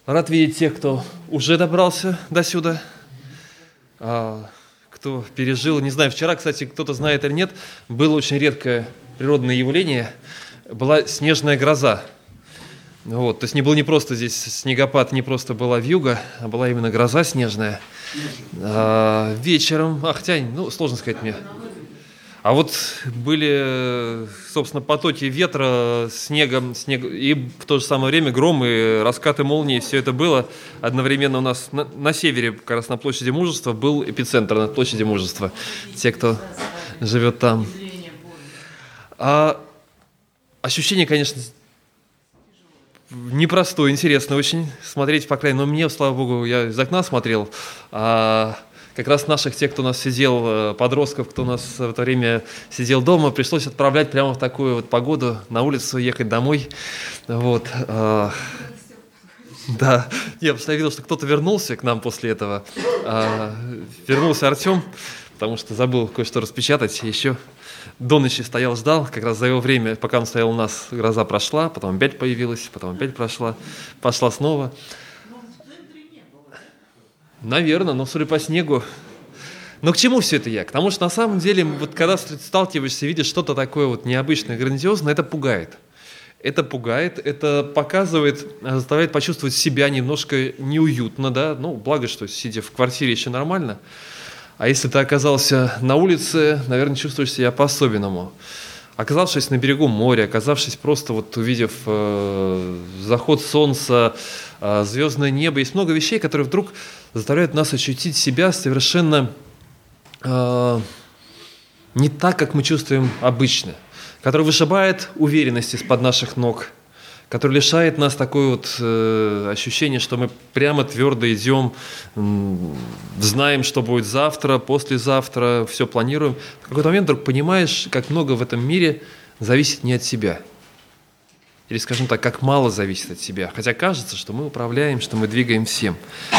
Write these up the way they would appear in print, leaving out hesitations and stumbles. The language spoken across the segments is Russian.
Рад видеть тех, кто уже добрался до сюда, кто пережил. Не знаю, вчера, кстати, кто-то знает или нет, было очень редкое природное явление. Была снежная гроза. Вот, то есть не просто здесь снегопад, не просто была вьюга, а была именно гроза снежная. Вечером, хотя, сложно сказать мне. А вот были, собственно, потоки ветра, снега, и в то же самое время громы, раскаты молнии. Все это было одновременно у нас на севере, как раз на площади Мужества, был эпицентр на площади Мужества. Те, кто живет там. Ощущение, конечно, непростое, интересно очень смотреть, по крайней мере. Но мне, слава богу, я из окна смотрел. Как раз наших, тех, кто у нас сидел, подростков, кто у нас в это время сидел дома, пришлось отправлять прямо в такую вот погоду на улицу, ехать домой. Вот. Да, я просто видел, что кто-то вернулся к нам после этого. Вернулся Артем, потому что забыл кое-что распечатать. Еще до ночи стоял, ждал. Как раз за его время, пока он стоял у нас, гроза прошла, потом опять появилась, потом опять прошла, пошла снова. Наверное, но судя по снегу. Но к чему все это я? К тому, что на самом деле, вот когда сталкиваешься, видишь что-то такое вот необычное, грандиозное, это пугает. Это пугает, это показывает, заставляет почувствовать себя немножко неуютно, да. Благо, что сидя в квартире еще нормально. А если ты оказался на улице, наверное, чувствуешь себя по-особенному. Оказавшись на берегу моря, оказавшись просто вот увидев заход солнца, звездное небо, есть много вещей, которые вдруг заставляют нас ощутить себя совершенно не так, как мы чувствуем обычно, который вышибает уверенность из-под наших ног, который лишает нас такое вот ощущение, что мы прямо твердо идем, знаем, что будет завтра, послезавтра, все планируем. В какой-то момент вдруг понимаешь, как много в этом мире зависит не от себя. Или, скажем так, как мало зависит от себя. Хотя кажется, что мы управляем, что мы двигаем всем.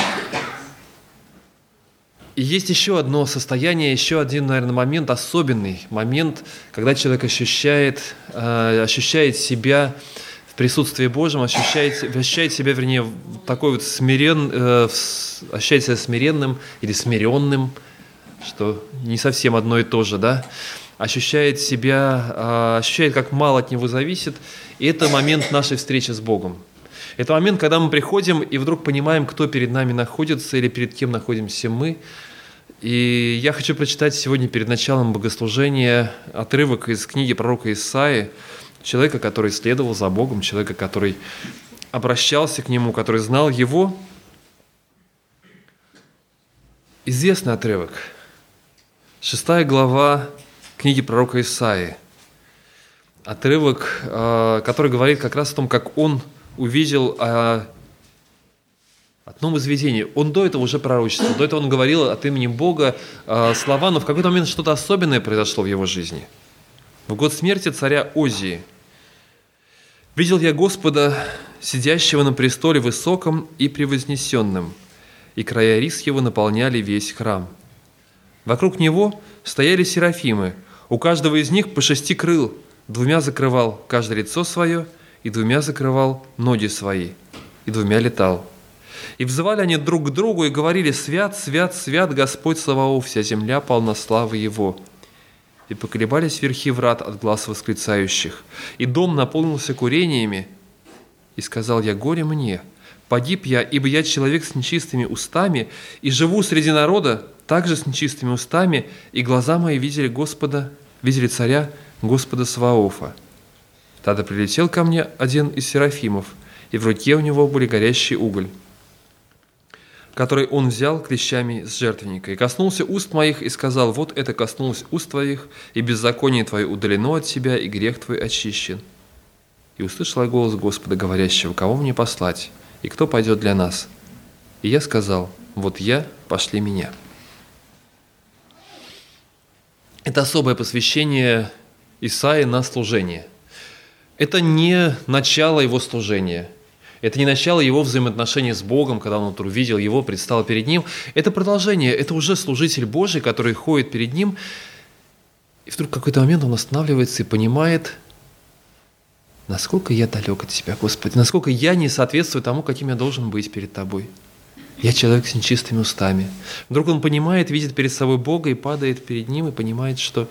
И есть еще одно состояние, еще один, наверное, момент, особенный момент, когда человек ощущает себя в присутствии Божьем, ощущает себя, вернее, такой вот ощущает себя смиренным или смиренным, что не совсем одно и то же, да? Ощущает, как мало от него зависит. И это момент нашей встречи с Богом. Это момент, когда мы приходим и вдруг понимаем, кто перед нами находится или перед кем находимся мы. И я хочу прочитать сегодня перед началом богослужения отрывок из книги пророка Исаии, человека, который следовал за Богом, человека, который обращался к Нему, который знал Его. Известный отрывок. 6 глава книги пророка Исаии. Отрывок, который говорит как раз о том, как он увидел о одном из видений. Он до этого уже пророчествовал, до этого он говорил от имени Бога слова, но в какой-то момент что-то особенное произошло в его жизни. В год смерти царя Озии «Видел я Господа, сидящего на престоле высоком и превознесенном, и края рис его наполняли весь храм. Вокруг него стояли серафимы, у каждого из них по 6 крыл, 2 закрывал каждое лицо свое, и 2 закрывал ноги свои, и 2 летал. И взывали они друг к другу и говорили: «Свят, свят, свят Господь Саваоф, вся земля полна славы Его». И поколебались верхи врат от глаз восклицающих, и дом наполнился курениями. И сказал я: горе мне, погиб я, ибо я человек с нечистыми устами, и живу среди народа также с нечистыми устами, и глаза мои видели царя Господа Саваофа. Тогда прилетел ко мне один из серафимов, и в руке у него были горящий уголь, который он взял клещами с жертвенника, и коснулся уст моих, и сказал: вот это коснулось уст твоих, и беззаконие твое удалено от тебя, и грех твой очищен. И услышал я голос Господа, говорящего: кого мне послать, и кто пойдет для нас? И я сказал: вот я, пошли меня». Это особое посвящение Исаии на служение. Это не начало его служения. Это не начало его взаимоотношений с Богом, когда он увидел его, предстал перед ним. Это продолжение, это уже служитель Божий, который ходит перед ним. И вдруг в какой-то момент он останавливается и понимает, насколько я далек от Тебя, Господи, насколько я не соответствую тому, каким я должен быть перед Тобой. Я человек с нечистыми устами. Вдруг он понимает, видит перед собой Бога и падает перед Ним, и понимает, что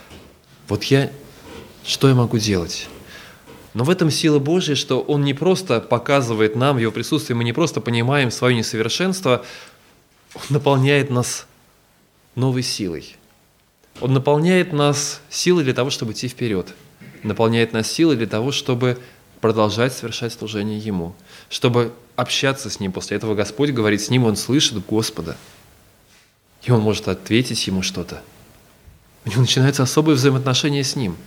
что я могу делать? Но в этом сила Божья, что Он не просто показывает нам в Его присутствии, мы не просто понимаем свое несовершенство, Он наполняет нас новой силой. Он наполняет нас силой для того, чтобы идти вперед. Наполняет нас силой для того, чтобы продолжать совершать служение Ему, чтобы общаться с Ним. После этого Господь говорит с Ним, Он слышит Господа. И Он может ответить Ему что-то. У него начинаются особые взаимоотношения с Ним.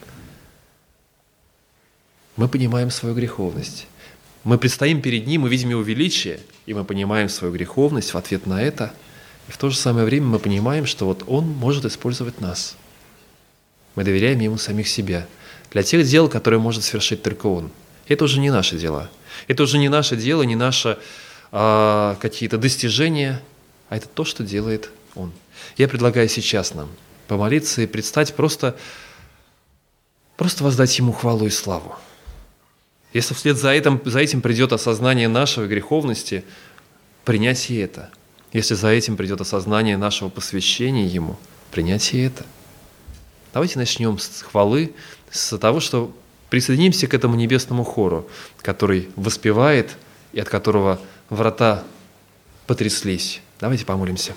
Мы понимаем свою греховность. Мы предстоим перед Ним, мы видим Его величие, и мы понимаем свою греховность в ответ на это. И в то же самое время мы понимаем, что Он может использовать нас. Мы доверяем Ему самих себя для тех дел, которые может совершить только Он. Это уже не наши дела. Это уже не наше дело, не наши какие-то достижения, а это то, что делает Он. Я предлагаю сейчас нам помолиться и предстать просто воздать Ему хвалу и славу. Если вслед за этим придет осознание нашей греховности, принять и это. Если за этим придет осознание нашего посвящения Ему, принять и это. Давайте начнем с хвалы, с того, что присоединимся к этому небесному хору, который воспевает и от которого врата потряслись. Давайте помолимся.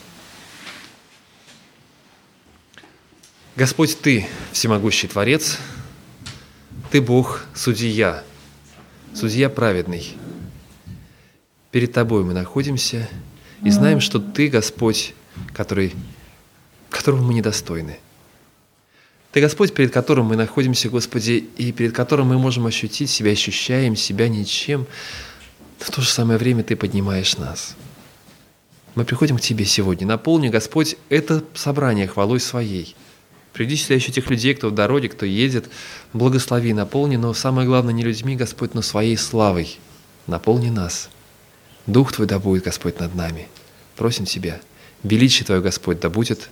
Господь, Ты всемогущий Творец, Ты Бог, судья праведный. Перед Тобой мы находимся и знаем, что Ты, Господь, которого мы недостойны. Ты, Господь, перед которым мы находимся, Господи, и перед которым мы можем ощущаем себя ничем, но в то же самое время Ты поднимаешь нас. Мы приходим к Тебе сегодня. Наполни, Господь, это собрание хвалой Своей. Приведи сюда еще тех людей, кто в дороге, кто едет. Благослови, наполни, но самое главное не людьми, Господь, но Своей славой. Наполни нас. Дух Твой да будет, Господь, над нами. Просим Тебя. Величие Твое, Господь, да будет.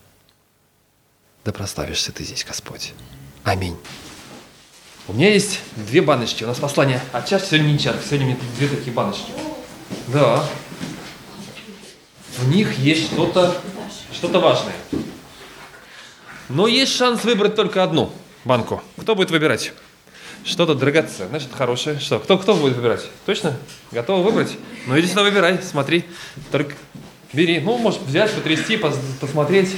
Да прославишься Ты здесь, Господь. Аминь. У меня есть 2 баночки. У нас послание от чашки, сегодня не чашка. Сегодня у меня 2 такие баночки. Да. В них есть что-то важное. Но есть шанс выбрать только одну банку. Кто будет выбирать? Что-то драгоценное, значит, хорошее. Что? Кто будет выбирать? Точно? Готовы выбрать? Ну иди сюда, выбирай, смотри. Только бери. Ну, можешь взять, потрясти, посмотреть.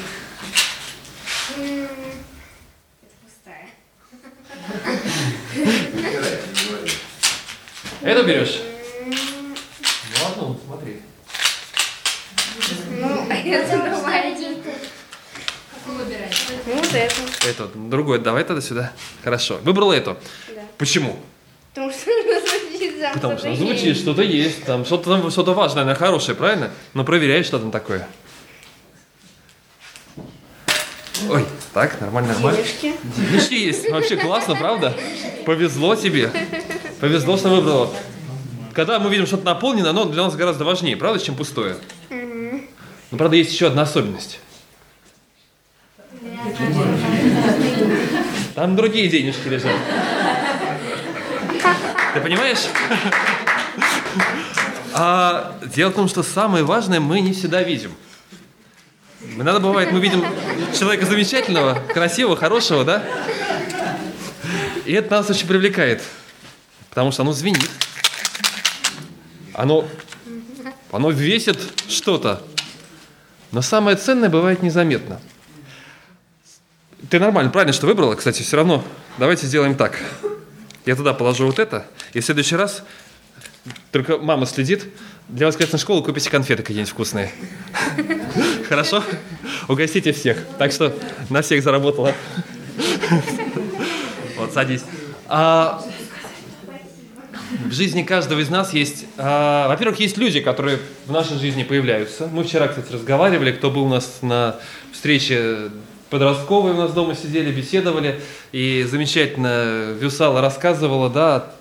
Эту берешь? Ну, одну, смотри. Ну, это нормально. Какую выбирать? Ну, вот эту. Эту. Другой, давай тогда сюда. Хорошо. Выбрала эту? Да. Почему? Потому что звучит там Потому что что-то звучит, есть. что-то есть. Там что-то важное, наверное, хорошее, правильно? Но проверяй, что там такое. Ой, так, нормально. Денежки. Денежки есть. Вообще классно, правда? Повезло тебе. Повезло, что выбрала. Когда мы видим что-то наполненное, оно для нас гораздо важнее, правда, чем пустое? Но, правда, есть еще одна особенность. Там другие денежки лежат. Ты понимаешь? А дело в том, что самое важное мы не всегда видим. Иногда бывает, мы видим человека замечательного, красивого, хорошего, да? И это нас очень привлекает, потому что оно звенит. Оно весит что-то. Но самое ценное бывает незаметно. Ты нормально, правильно, что выбрала, кстати, все равно. Давайте сделаем так. Я туда положу вот это, и в следующий раз, только мама следит, для воскресной школы купите конфеты какие-нибудь вкусные. Хорошо? Угостите всех. Так что на всех заработала. Вот, садись. В жизни каждого из нас есть, во-первых, есть люди, которые в нашей жизни появляются. Мы вчера, кстати, разговаривали, кто был у нас на встрече подростковой, у нас дома сидели, беседовали, и замечательно Вюсала рассказывала, да,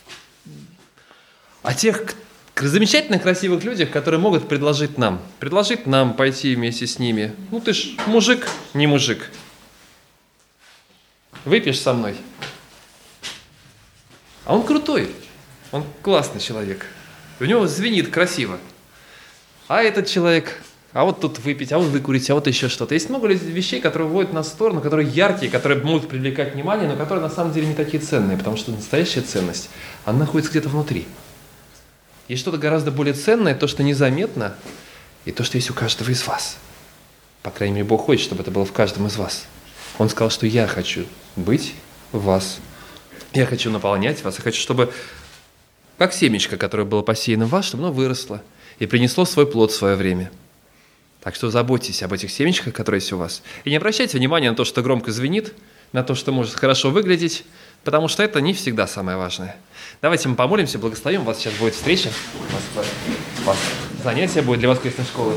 о тех замечательных, красивых людях, которые могут предложить нам пойти вместе с ними. Ну ты ж мужик, не мужик. Выпьешь со мной? А он крутой, он классный человек. У него звенит красиво. А этот человек, а вот тут выпить, а вот выкурить, а вот еще что-то. Есть много вещей, которые вводят нас в сторону, которые яркие, которые могут привлекать внимание, но которые на самом деле не такие ценные, потому что настоящая ценность, она находится где-то внутри. Есть что-то гораздо более ценное, то, что незаметно, и то, что есть у каждого из вас. По крайней мере, Бог хочет, чтобы это было в каждом из вас. Он сказал, что я хочу быть в вас. Я хочу наполнять вас. Я хочу, чтобы, как семечко, которое было посеяно в вас, чтобы оно выросло и принесло свой плод в свое время. Так что заботьтесь об этих семечках, которые есть у вас. И не обращайте внимания на то, что громко звенит, на то, что может хорошо выглядеть, потому что это не всегда самое важное. Давайте мы помолимся, благословим. У вас сейчас будет встреча. У вас занятие будет для воскресной школы.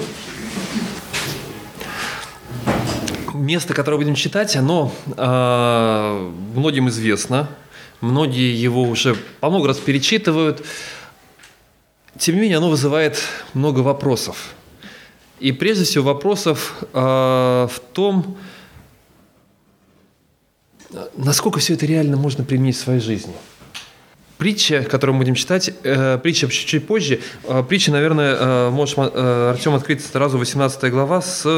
Место, которое будем читать, оно многим известно. Многие его уже по много раз перечитывают. Тем не менее, оно вызывает много вопросов. И прежде всего вопросов в том, насколько все это реально можно применить в своей жизни. Притча, которую мы будем читать, притча чуть позже. Притча, наверное, можешь, Артем, открыть сразу 18 глава с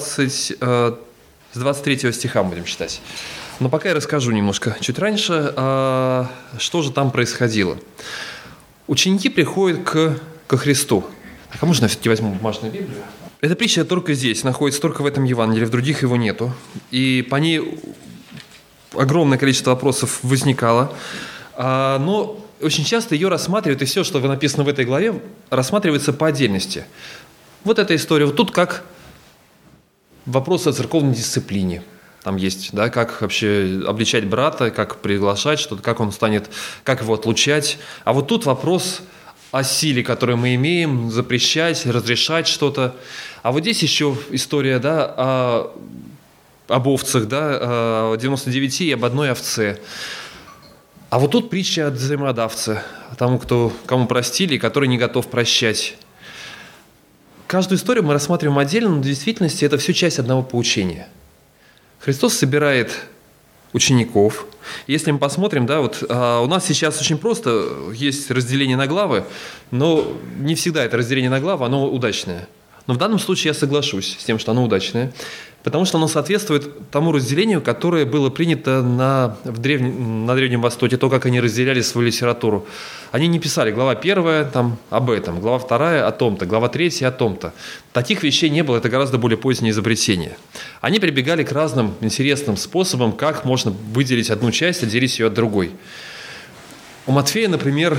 23 стиха мы будем читать. Но пока я расскажу немножко чуть раньше, что же там происходило. Ученики приходят ко Христу. А можно я все-таки возьму бумажную Библию? Эта притча только здесь, находится только в этом Евангелии, в других его нету. И по ней огромное количество вопросов возникало. Но очень часто ее рассматривают, и все, что написано в этой главе, рассматривается по отдельности. Вот эта история. Вот тут как вопрос о церковной дисциплине. Там есть, да, как вообще обличать брата, как приглашать что-то, как он станет, как его отлучать. А вот тут вопрос о силе, которую мы имеем, запрещать, разрешать что-то. А вот здесь еще история, да, об овцах, да, 99 и об одной овце. А вот тут притча о взаимодавце, о тому, кому простили и который не готов прощать. Каждую историю мы рассматриваем отдельно, но в действительности это все часть одного поучения. Христос собирает учеников. Если мы посмотрим, да, вот у нас сейчас очень просто есть разделение на главы, но не всегда это разделение на главы, оно удачное. Но в данном случае я соглашусь с тем, что оно удачное, потому что оно соответствует тому разделению, которое было принято на Древнем Востоке, то, как они разделяли свою литературу. Они не писали глава 1 там, об этом, глава 2 о том-то, глава 3 о том-то. Таких вещей не было, это гораздо более позднее изобретение. Они прибегали к разным интересным способам, как можно выделить одну часть, отделить ее от другой. У Матфея, например,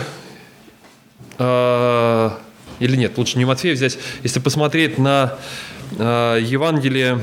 или нет, лучше не Матфея взять, если посмотреть на Евангелие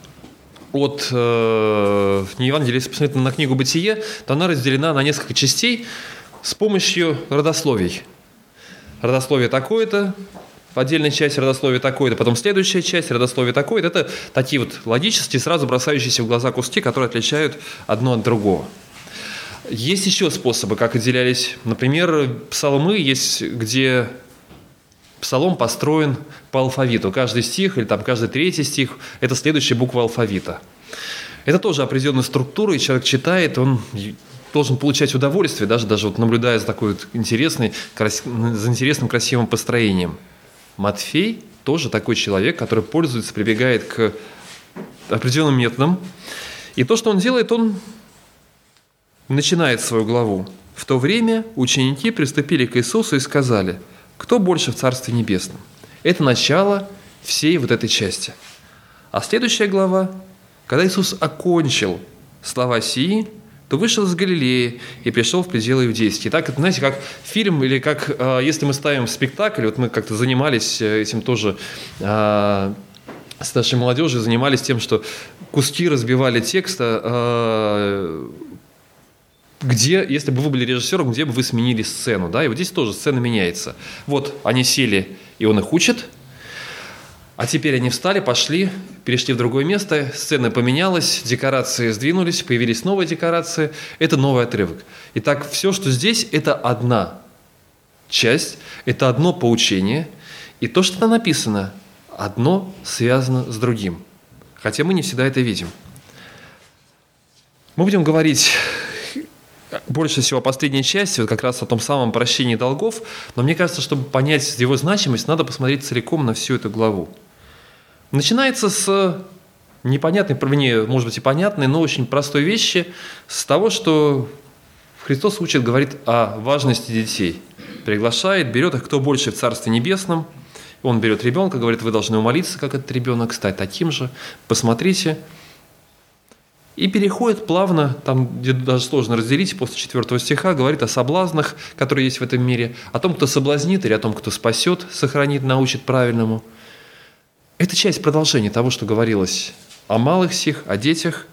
если посмотреть на книгу «Бытие», то она разделена на несколько частей с помощью родословий. Родословие такое-то, в отдельной части родословие такое-то, потом следующая часть родословие такое-то. Это такие вот логические, сразу бросающиеся в глаза куски, которые отличают одно от другого. Есть еще способы, как отделялись. Например, псалмы есть, где псалом построен по алфавиту. Каждый стих или там каждый третий стих – это следующая буква алфавита. Это тоже определенная структура, и человек читает, он должен получать удовольствие, даже вот наблюдая за такой вот интересным, красивым построением. Матфей тоже такой человек, который пользуется, прибегает к определенным методам. И то, что он делает, он начинает свою главу. В то время ученики приступили к Иисусу и сказали: «Кто больше в Царстве Небесном?» Это начало всей вот этой части. А следующая глава, когда Иисус окончил слова сии, то вышел из Галилеи и пришел в пределы иудейские. Так, это, знаете, как фильм, или как если мы ставим спектакль, вот мы как-то занимались этим тоже с нашей молодежью, занимались тем, что куски разбивали текста, где, если бы вы были режиссером, где бы вы сменили сцену, да, и вот здесь тоже сцена меняется. Вот они сели, и он их учит, а теперь они встали, пошли, перешли в другое место, сцена поменялась, декорации сдвинулись, появились новые декорации, это новый отрывок. Итак, все, что здесь, это одна часть, это одно поучение, и то, что там написано, одно связано с другим, хотя мы не всегда это видим. Мы будем говорить больше всего последней части, вот как раз о том самом прощении долгов, но мне кажется, чтобы понять его значимость, надо посмотреть целиком на всю эту главу. Начинается с непонятной, может быть и понятной, но очень простой вещи, с того, что Христос учит, говорит о важности детей. Приглашает, берет их, кто больше в Царстве Небесном. Он берет ребенка, говорит, вы должны умолиться, как этот ребенок, стать таким же. Посмотрите. И переходит плавно, там где даже сложно разделить, после 4 стиха, говорит о соблазнах, которые есть в этом мире, о том, кто соблазнит, или о том, кто спасет, сохранит, научит правильному. Это часть продолжения того, что говорилось о малых сих, о детях.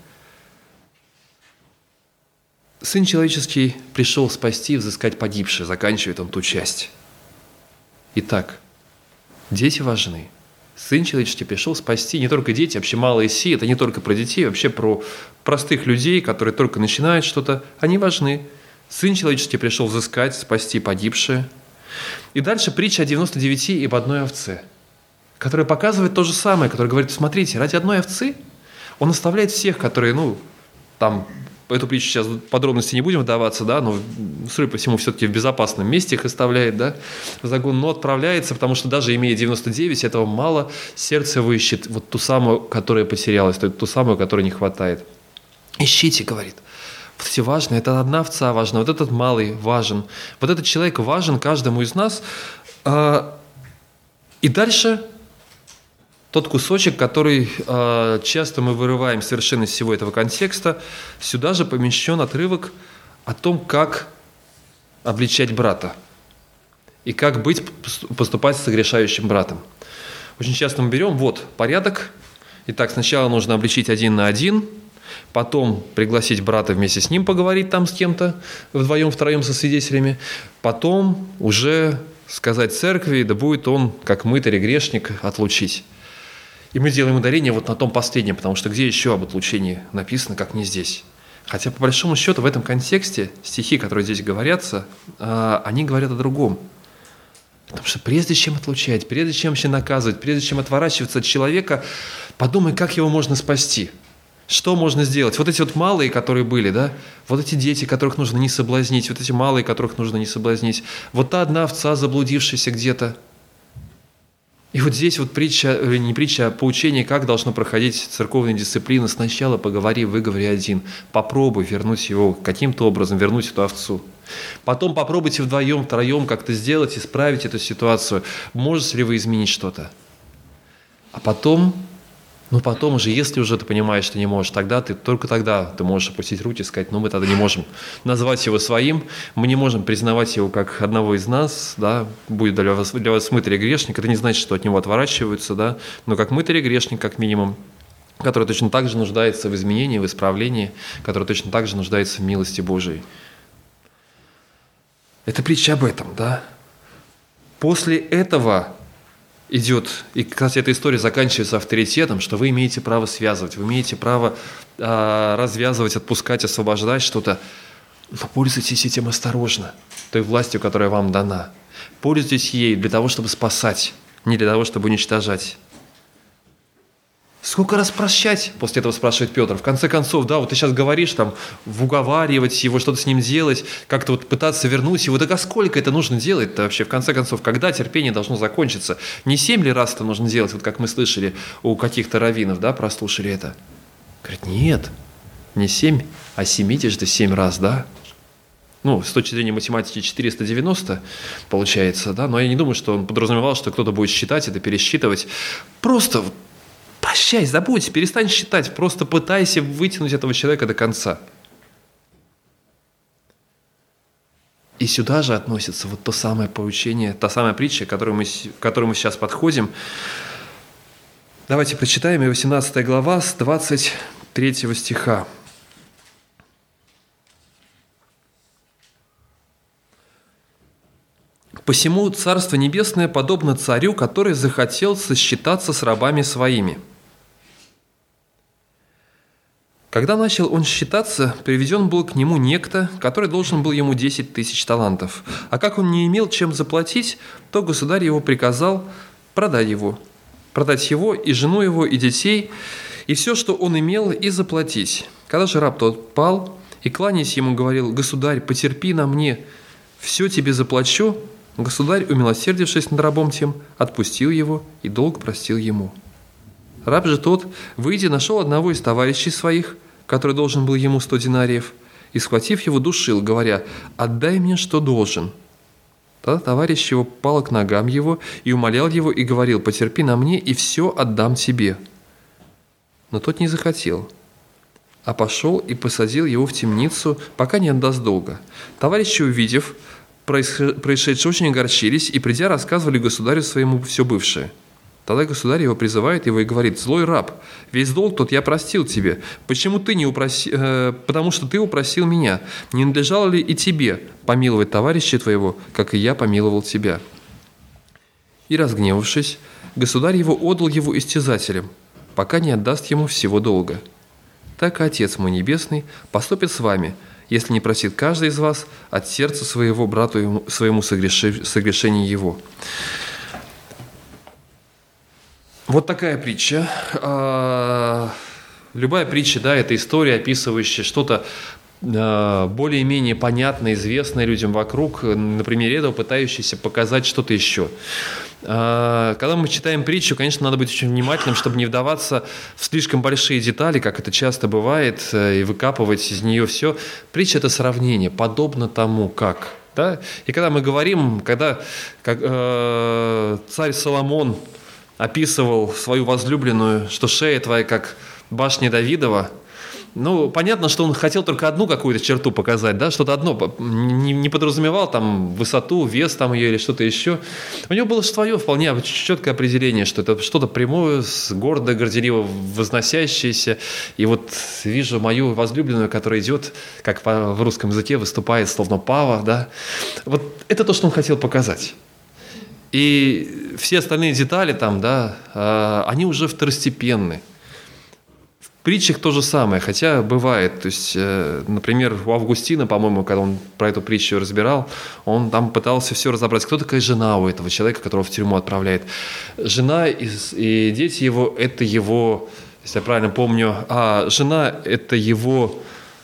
Сын человеческий пришел спасти и взыскать погибших, заканчивает он ту часть. Итак, дети важны. Сын человеческий пришел спасти, не только дети, вообще малые си, это не только про детей, вообще про простых людей, которые только начинают что-то, они важны. Сын человеческий пришел взыскать, спасти погибшие. И дальше притча о 99 и об одной овце, которая показывает то же самое, которая говорит, смотрите, ради одной овцы он оставляет всех, которые, там, эту притчу сейчас в подробности не будем вдаваться, да, но, судя по всему, все-таки в безопасном месте их оставляет, да, в загон, но отправляется, потому что даже имея 99, этого мало, сердце его ищет вот ту самую, которая потерялась, ту самую, которой не хватает. Ищите, говорит. Вот эти важные, это одна овца важна, вот этот малый важен, вот этот человек важен каждому из нас. И дальше тот кусочек, который часто мы вырываем совершенно из всего этого контекста, сюда же помещен отрывок о том, как обличать брата и как поступать с согрешающим братом. Очень часто мы берем, порядок. Итак, сначала нужно обличить 1 на 1, потом пригласить брата вместе с ним поговорить там с кем-то, вдвоем, втроем со свидетелями, потом уже сказать церкви, да будет он, как мытарь и грешник, отлучить. И мы делаем ударение на том последнем, потому что где еще об отлучении написано, как не здесь. Хотя, по большому счету, в этом контексте стихи, которые здесь говорятся, они говорят о другом. Потому что прежде чем отлучать, прежде чем вообще наказывать, прежде чем отворачиваться от человека, подумай, как его можно спасти. Что можно сделать? Вот эти малые, которые были, да? Вот эти дети, которых нужно не соблазнить, вот эти малые, которых нужно не соблазнить. Вот та одна овца, заблудившаяся где-то. И вот здесь не притча, а поучение, как должно проходить церковная дисциплина. Сначала поговори, выговори один. Попробуй вернуть его каким-то образом, вернуть эту овцу. Потом попробуйте вдвоем, втроем как-то сделать, исправить эту ситуацию. Можете ли вы изменить что-то? А потом уже, если уже ты понимаешь, что не можешь, только тогда ты можешь опустить руки и сказать, мы тогда не можем назвать его своим, мы не можем признавать его как одного из нас, да, будет для вас мытарь и грешник, это не значит, что от него отворачиваются, да, но как мытарь и грешник, как минимум, который точно так же нуждается в изменении, в исправлении, который точно так же нуждается в милости Божией. Это притча об этом, да. После этого идет, и, кстати, эта история заканчивается авторитетом, что вы имеете право связывать, вы имеете право развязывать, отпускать, освобождать что-то, но пользуйтесь этим осторожно, той властью, которая вам дана. Пользуйтесь ей для того, чтобы спасать, не для того, чтобы уничтожать. Сколько раз прощать? После этого спрашивает Петр. В конце концов, ты сейчас говоришь, уговаривать его, что-то с ним делать, как-то пытаться вернуть его. Так а сколько это нужно делать-то вообще? В конце концов, когда терпение должно закончиться? Не 7 ли раз это нужно делать, как мы слышали у каких-то раввинов, прослушали это? Говорит, нет, не 7, а 7 раз, да? С точки зрения математики 490 получается, да? Но я не думаю, что он подразумевал, что кто-то будет считать это, пересчитывать. Просто прощай, забудь, перестань считать, просто пытайся вытянуть этого человека до конца. И сюда же относится то самое поучение, та самая притча, к которой мы сейчас подходим. Давайте прочитаем ее, 18 глава с 23 стиха. «Посему Царство Небесное подобно царю, который захотел сосчитаться с рабами своими. Когда начал он считаться, приведен был к нему некто, который должен был ему 10 000 талантов. А как он не имел чем заплатить, то государь его приказал продать его и жену его, и детей, и все, что он имел, и заплатить. Когда же раб тот пал И, кланяясь ему, говорил: «Государь, потерпи на мне, все тебе заплачу». Государь, умилосердившись над рабом тем, отпустил его и долг простил ему. Раб же тот, выйдя, нашел одного из товарищей своих, который должен был ему 100 динариев, и, схватив его, душил, говоря: «Отдай мне, что должен». Тогда товарищ его пал к ногам его и умолял его, и говорил: «Потерпи на мне, и все отдам тебе». Но тот не захотел, а пошел и посадил его в темницу, пока не отдаст долга. Товарищи, увидев происшедшее, очень огорчились, и, придя, рассказывали государю своему все бывшее. Тогда государь его призывает его и говорит: «Злой раб, весь долг тот я простил тебе. Почему ты не потому что ты упросил меня. Не надлежало ли и тебе помиловать товарища твоего, как и я помиловал тебя?» И, разгневавшись, государь его отдал его истязателям, пока не отдаст ему всего долга. Так и Отец мой Небесный поступит с вами, если не просит каждый из вас от сердца своего брату своему согрешение его». Вот такая притча. Любая притча, да, это история, описывающая что-то более-менее понятное, известное людям вокруг, на примере этого пытающийся показать что-то еще. Когда мы читаем притчу, конечно, надо быть очень внимательным, чтобы не вдаваться в слишком большие детали, как это часто бывает, и выкапывать из нее все. Притча – это сравнение, подобно тому, как. Да? И когда мы говорим, когда царь Соломон описывал свою возлюбленную, что шея твоя как башня Давидова, ну, понятно, что он хотел только одну какую-то черту показать, да, что-то одно, не подразумевал там высоту, вес там ее или что-то еще. У него было свое вполне четкое определение, что это что-то прямое, гордо, горделиво возносящееся. И вот вижу мою возлюбленную, которая идет, как в русском языке, выступает словно пава, да. Вот это то, что он хотел показать. И все остальные детали там, да, они уже второстепенны. В притчах то же самое, хотя бывает. То есть, например, у Августина, по-моему, когда он про эту притчу разбирал, он там пытался все разобрать. Кто такая жена у этого человека, которого в тюрьму отправляет? Жена и дети его – это его, если я правильно помню, жена – это его,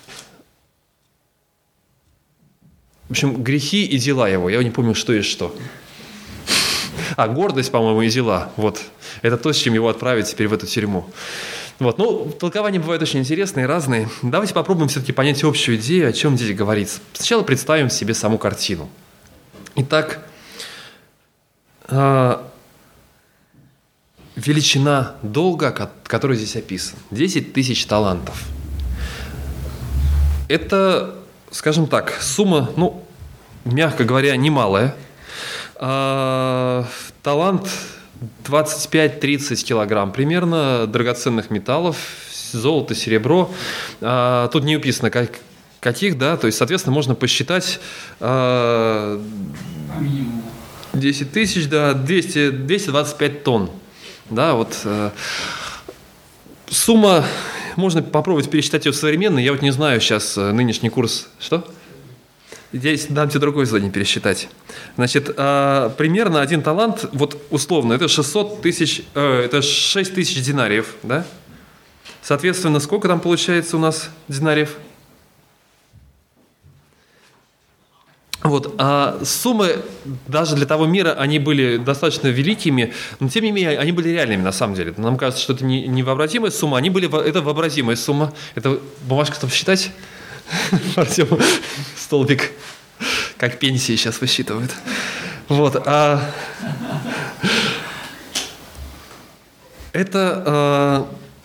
в общем, грехи и дела его. Я не помню, что и что. Гордость, по-моему, и дела. Вот. Это то, с чем его отправить теперь в эту тюрьму. Вот. Ну, толкования бывают очень интересные, разные. Давайте попробуем все-таки понять общую идею, о чем здесь говорится. Сначала представим себе саму картину. Итак, величина долга, который здесь описан. 10 тысяч талантов. Это, скажем так, сумма, ну, мягко говоря, немалая. Талант 25-30 килограмм примерно драгоценных металлов, золото, серебро. Тут не написано, каких, да, то есть, соответственно, можно посчитать 10 тысяч, да, 225 тонн. Да, вот сумма, можно попробовать пересчитать ее в современный, я вот не знаю сейчас нынешний курс, что? Здесь дам тебе другой задний пересчитать. Значит, примерно один талант, вот условно, это 600 тысяч, это 6 тысяч динариев, да? Соответственно, сколько там получается у нас динариев? Вот, суммы даже для того мира, они были достаточно великими, но тем не менее, они были реальными на самом деле. Нам кажется, что это невообразимая сумма, это вообразимая сумма. Это бумажка, чтобы считать? Артем столбик, как пенсии сейчас высчитывают. Вот. Это,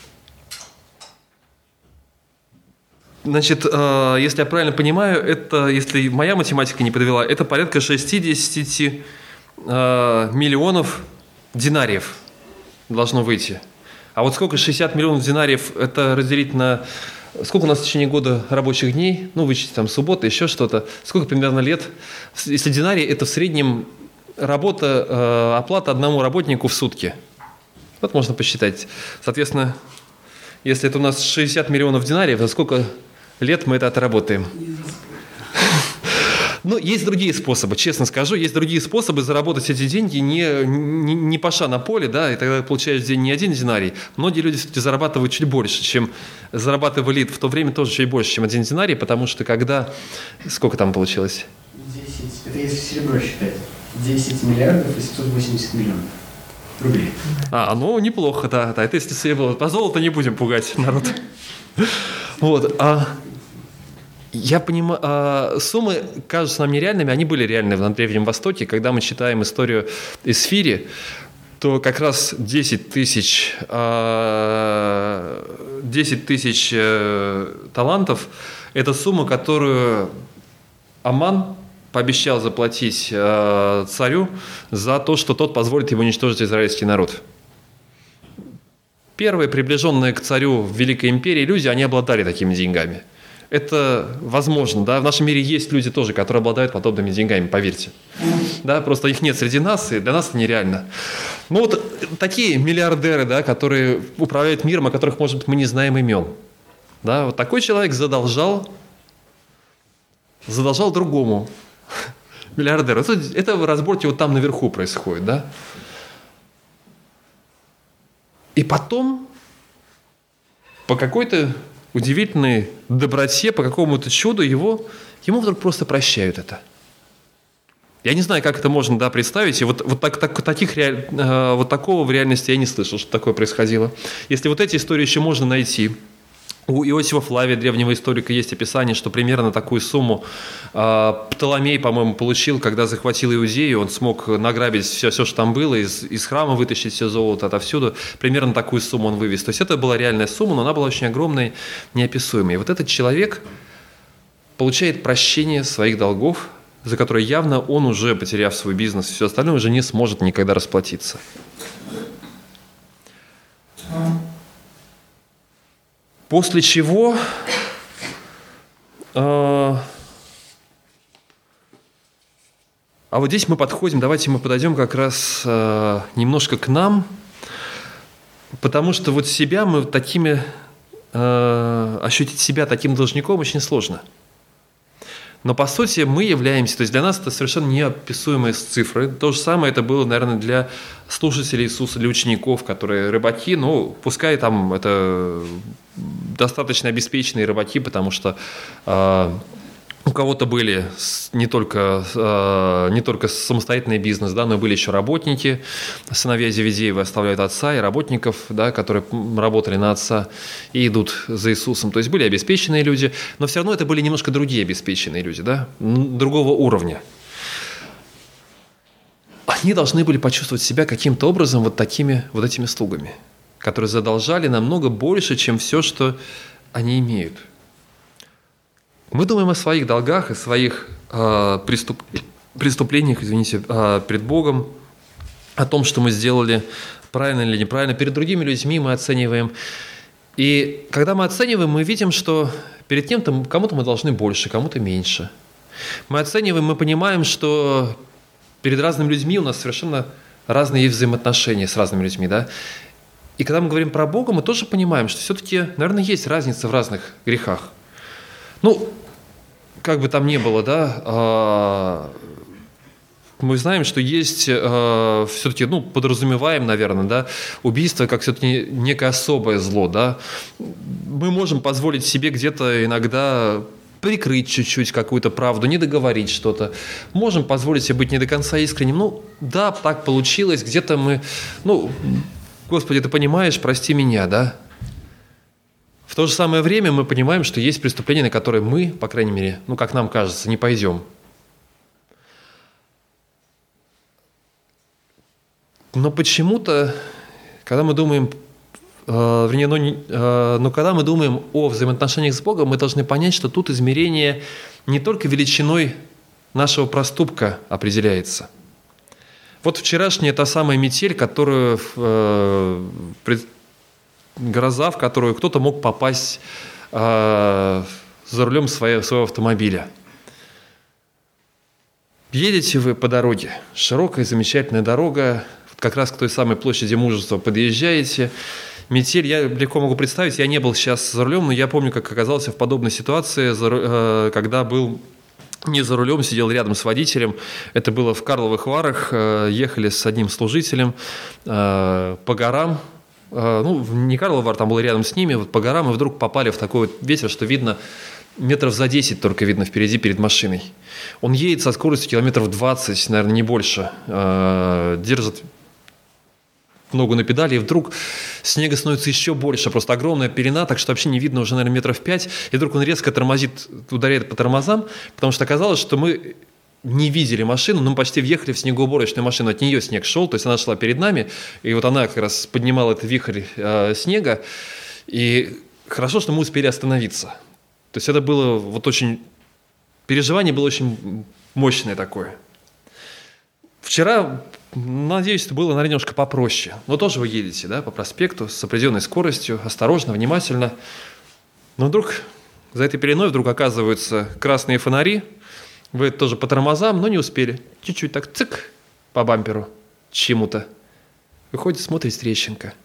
значит, если я правильно понимаю, это, если моя математика не подвела, это порядка 60 миллионов динариев должно выйти. А вот сколько 60 миллионов динариев, это разделить на... Сколько у нас в течение года рабочих дней? Ну, вычтите там суббота, еще что-то. Сколько примерно лет? Если динарий – это в среднем оплата одному работнику в сутки. Вот можно посчитать. Соответственно, если это у нас 60 миллионов динариев, за сколько лет мы это отработаем? Но есть другие способы, честно скажу, есть другие способы заработать эти деньги, не паша на поле, да, и тогда получаешь в день не 1 динарий. Многие люди все-таки зарабатывают чуть больше, чем зарабатывали в то время тоже чуть больше, чем 1 динарий, потому что когда... Сколько там получилось? 10, это если серебро считать. 10 миллиардов и 780 миллионов рублей. Ну неплохо, да, это если серебро. По золоту не будем пугать народ. Вот, я понимаю, суммы кажутся нам нереальными, они были реальны на Древнем Востоке. Когда мы читаем историю Эсфири, то как раз 10 тысяч талантов – это сумма, которую Аман пообещал заплатить царю за то, что тот позволит ему уничтожить израильский народ. Первые приближенные к царю в Великой империи люди, они обладали такими деньгами. Это возможно, да, в нашем мире есть люди тоже, которые обладают подобными деньгами, поверьте. Да, просто их нет среди нас, и для нас это нереально. Ну вот такие миллиардеры, да, которые управляют миром, о которых, может быть, мы не знаем имен. Да, вот такой человек задолжал другому миллиардеру. Это в разборке вот там наверху происходит, да. И потом по какой-то удивительной доброте, по какому-то чуду ему вдруг просто прощают это. Я не знаю, как это можно, да, представить. И вот такого в реальности я не слышал, что такое происходило. Если вот эти истории еще можно найти. У Иосифа Флавия, древнего историка, есть описание, что примерно такую сумму Птоломей, по-моему, получил, когда захватил Иудею. Он смог награбить все, что там было, из храма вытащить все золото отовсюду. Примерно такую сумму он вывез. То есть это была реальная сумма, но она была очень огромной, неописуемой. И вот этот человек получает прощение своих долгов, за которые явно он уже, потеряв свой бизнес и все остальное, уже не сможет никогда расплатиться. После чего вот здесь мы подходим, давайте мы подойдем как раз немножко к нам, потому что вот себя мы такими, ощутить себя таким должником очень сложно. Но по сути мы являемся, то есть для нас это совершенно неописуемые цифры. То же самое это было, наверное, для слушателей Иисуса, для учеников, которые рыбаки, пускай там это достаточно обеспеченные рыбаки, потому что у кого-то были не только самостоятельный бизнес, да, но были еще работники, сыновья Зеведеева оставляют отца и работников, да, которые работали на отца и идут за Иисусом. То есть были обеспеченные люди, но все равно это были немножко другие обеспеченные люди, да, другого уровня. Они должны были почувствовать себя каким-то образом вот этими слугами, которые задолжали намного больше, чем все, что они имеют. Мы думаем о своих долгах, о своих преступлениях, перед Богом, о том, что мы сделали правильно или неправильно. Перед другими людьми мы оцениваем. И когда мы оцениваем, мы видим, что перед кому-то мы должны больше, кому-то меньше. Мы оцениваем, мы понимаем, что перед разными людьми у нас совершенно разные взаимоотношения с разными людьми, да. И когда мы говорим про Бога, мы тоже понимаем, что все-таки, наверное, есть разница в разных грехах. Как бы там ни было, да, мы знаем, что есть все-таки, подразумеваем, наверное, да, убийство как все-таки некое особое зло, да. Мы можем позволить себе где-то иногда прикрыть чуть-чуть какую-то правду, не договорить что-то. Можем позволить себе быть не до конца искренним. Да, так получилось, где-то мы, Господи, ты понимаешь, прости меня, да. В то же самое время мы понимаем, что есть преступления, на которые мы, по крайней мере, как нам кажется, не пойдем. Но почему-то, когда мы думаем, когда мы думаем о взаимоотношениях с Богом, мы должны понять, что тут измерение не только величиной нашего проступка определяется. Вот вчерашняя та самая метель, гроза, в которую кто-то мог попасть за рулем своего автомобиля. Едете вы по дороге, широкая, замечательная дорога, как раз к той самой площади Мужества подъезжаете, метель, я легко могу представить, я не был сейчас за рулем, но я помню, как оказался в подобной ситуации, когда был не за рулем, сидел рядом с водителем. Это было в Карловых Варах. Ехали с одним служителем по горам. Не Карловы Вар, там было рядом с ними. Вот по горам, и вдруг попали в такой вот ветер, что видно метров за 10 только видно впереди, перед машиной. Он едет со скоростью километров 20, наверное, не больше. Держит ногу на педали, и вдруг снега становится еще больше, просто огромная пелена, так что вообще не видно уже, наверное, метров 5, и вдруг он резко тормозит, ударяет по тормозам, потому что оказалось, что мы не видели машину, но мы почти въехали в снегоуборочную машину, от нее снег шел, то есть она шла перед нами, и вот она как раз поднимала этот вихрь снега, и хорошо, что мы успели остановиться. То есть это было вот очень... Переживание было очень мощное такое. Вчера... Надеюсь, это было, наверное, немножко попроще. Но тоже вы едете, да, по проспекту с определенной скоростью, осторожно, внимательно. Но вдруг за этой пеленой вдруг оказываются красные фонари. Вы тоже по тормозам, но не успели. Чуть-чуть так цик по бамперу чему-то. Выходит, смотрит трещинка.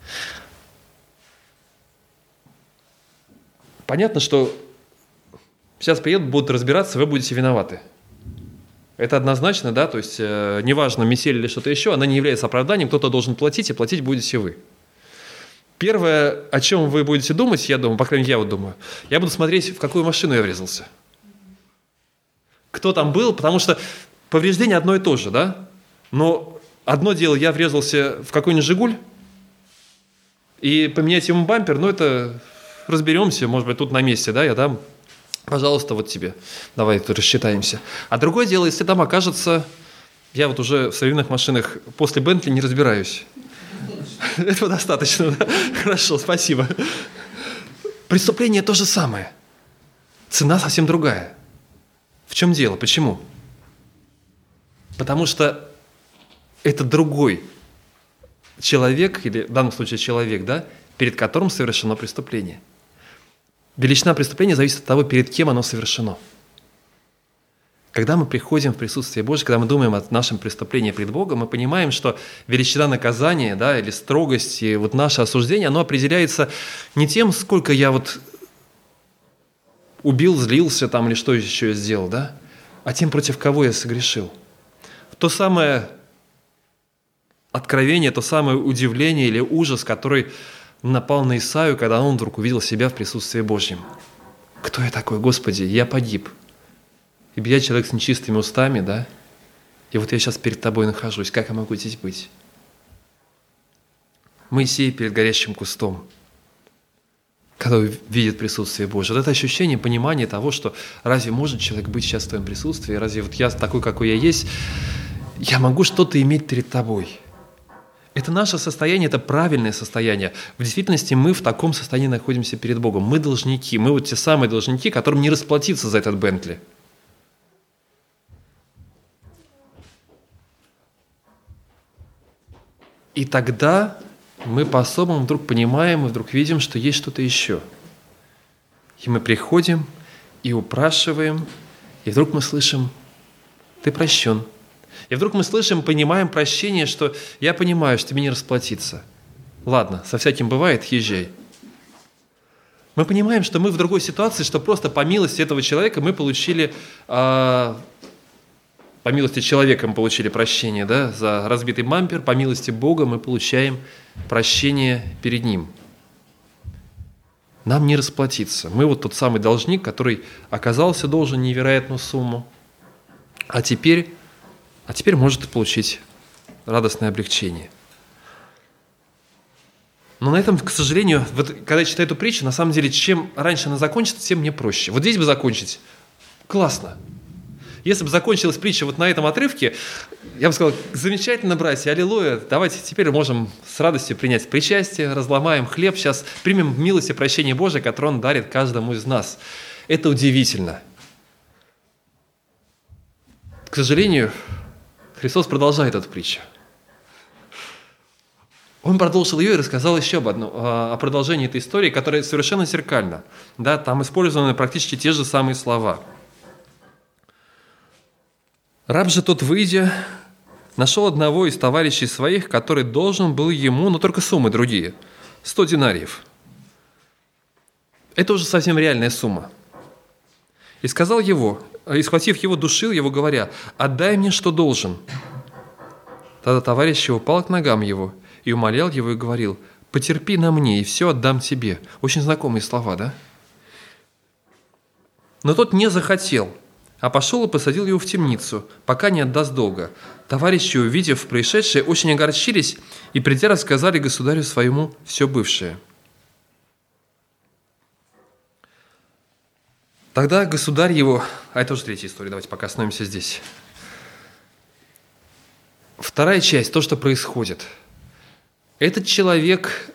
Понятно, что сейчас приедут, будут разбираться, вы будете виноваты. Это однозначно, да, то есть неважно, метель или что-то еще, она не является оправданием, кто-то должен платить, и платить будете вы. Первое, о чем вы будете думать, я думаю, по крайней мере, я вот думаю, я буду смотреть, в какую машину я врезался. Кто там был, потому что повреждение одно и то же, да, но одно дело, я врезался в какой-нибудь «Жигуль», и поменять ему бампер, это разберемся, может быть, тут на месте, да, я дам. Пожалуйста, вот тебе. Давай тут рассчитаемся. А другое дело, если там окажется... Я вот уже в современных машинах после Бентли не разбираюсь. Этого достаточно, да? Хорошо, спасибо. Преступление то же самое. Цена совсем другая. В чем дело? Почему? Потому что это другой человек, или в данном случае человек, да, перед которым совершено преступление. Величина преступления зависит от того, перед кем оно совершено. Когда мы приходим в присутствие Божье, когда мы думаем о нашем преступлении пред Богом, мы понимаем, что величина наказания, да, или строгость, и вот наше осуждение, оно определяется не тем, сколько я вот убил, злился там, или что еще я сделал, да, а тем, против кого я согрешил. То самое откровение, то самое удивление или ужас, который напал на Исаию, когда он вдруг увидел себя в присутствии Божьем. Кто я такой, Господи? Я погиб. Ибо я человек с нечистыми устами, да? И вот я сейчас перед Тобой нахожусь. Как я могу здесь быть? Моисей перед горящим кустом, когда видит присутствие Божье. Вот это ощущение, понимание того, что разве может человек быть сейчас в Твоем присутствии? Разве вот я такой, какой я есть, я могу что-то иметь перед Тобой? Это наше состояние, это правильное состояние. В действительности мы в таком состоянии находимся перед Богом. Мы должники, мы вот те самые должники, которым не расплатиться за этот Бентли. И тогда мы по-особому вдруг понимаем и вдруг видим, что есть что-то еще. И мы приходим и упрашиваем, и вдруг мы слышим: «Ты прощен». И вдруг мы слышим, понимаем прощение, что я понимаю, что тебе не расплатиться. Ладно, со всяким бывает, езжай. Мы понимаем, что мы в другой ситуации, что просто по милости этого человека мы получили, по милости человека мы получили прощение, да, за разбитый бампер, по милости Бога мы получаем прощение перед Ним. Нам не расплатиться. Мы вот тот самый должник, который оказался должен невероятную сумму, а теперь может получить радостное облегчение. Но на этом, к сожалению, вот, когда я читаю эту притчу, на самом деле, чем раньше она закончится, тем мне проще. Вот здесь бы закончить. Классно. Если бы закончилась притча вот на этом отрывке, я бы сказал: замечательно, братья, аллилуйя, давайте теперь можем с радостью принять причастие, разломаем хлеб, сейчас примем милость и прощение Божие, которое Он дарит каждому из нас. Это удивительно. К сожалению, Христос продолжает эту притчу. Он продолжил ее и рассказал еще о продолжении этой истории, которая совершенно зеркальна. Да, там использованы практически те же самые слова. «Раб же тот, выйдя, нашел одного из товарищей своих, который должен был ему, но только суммы другие, 100 динариев». Это уже совсем реальная сумма. «И сказал ему, и, схватив его, душил его, говоря: «Отдай мне, что должен». Тогда товарищ его пал к ногам его и умолял его и говорил: «Потерпи на мне, и все отдам тебе». Очень знакомые слова, да? Но тот не захотел, а пошел и посадил его в темницу, пока не отдаст долга. Товарищи, увидев происшедшее, очень огорчились и, придя, рассказали государю своему все бывшее. Тогда государь его... А это уже третья история, давайте пока остановимся здесь. Вторая часть, то, что происходит. Этот человек,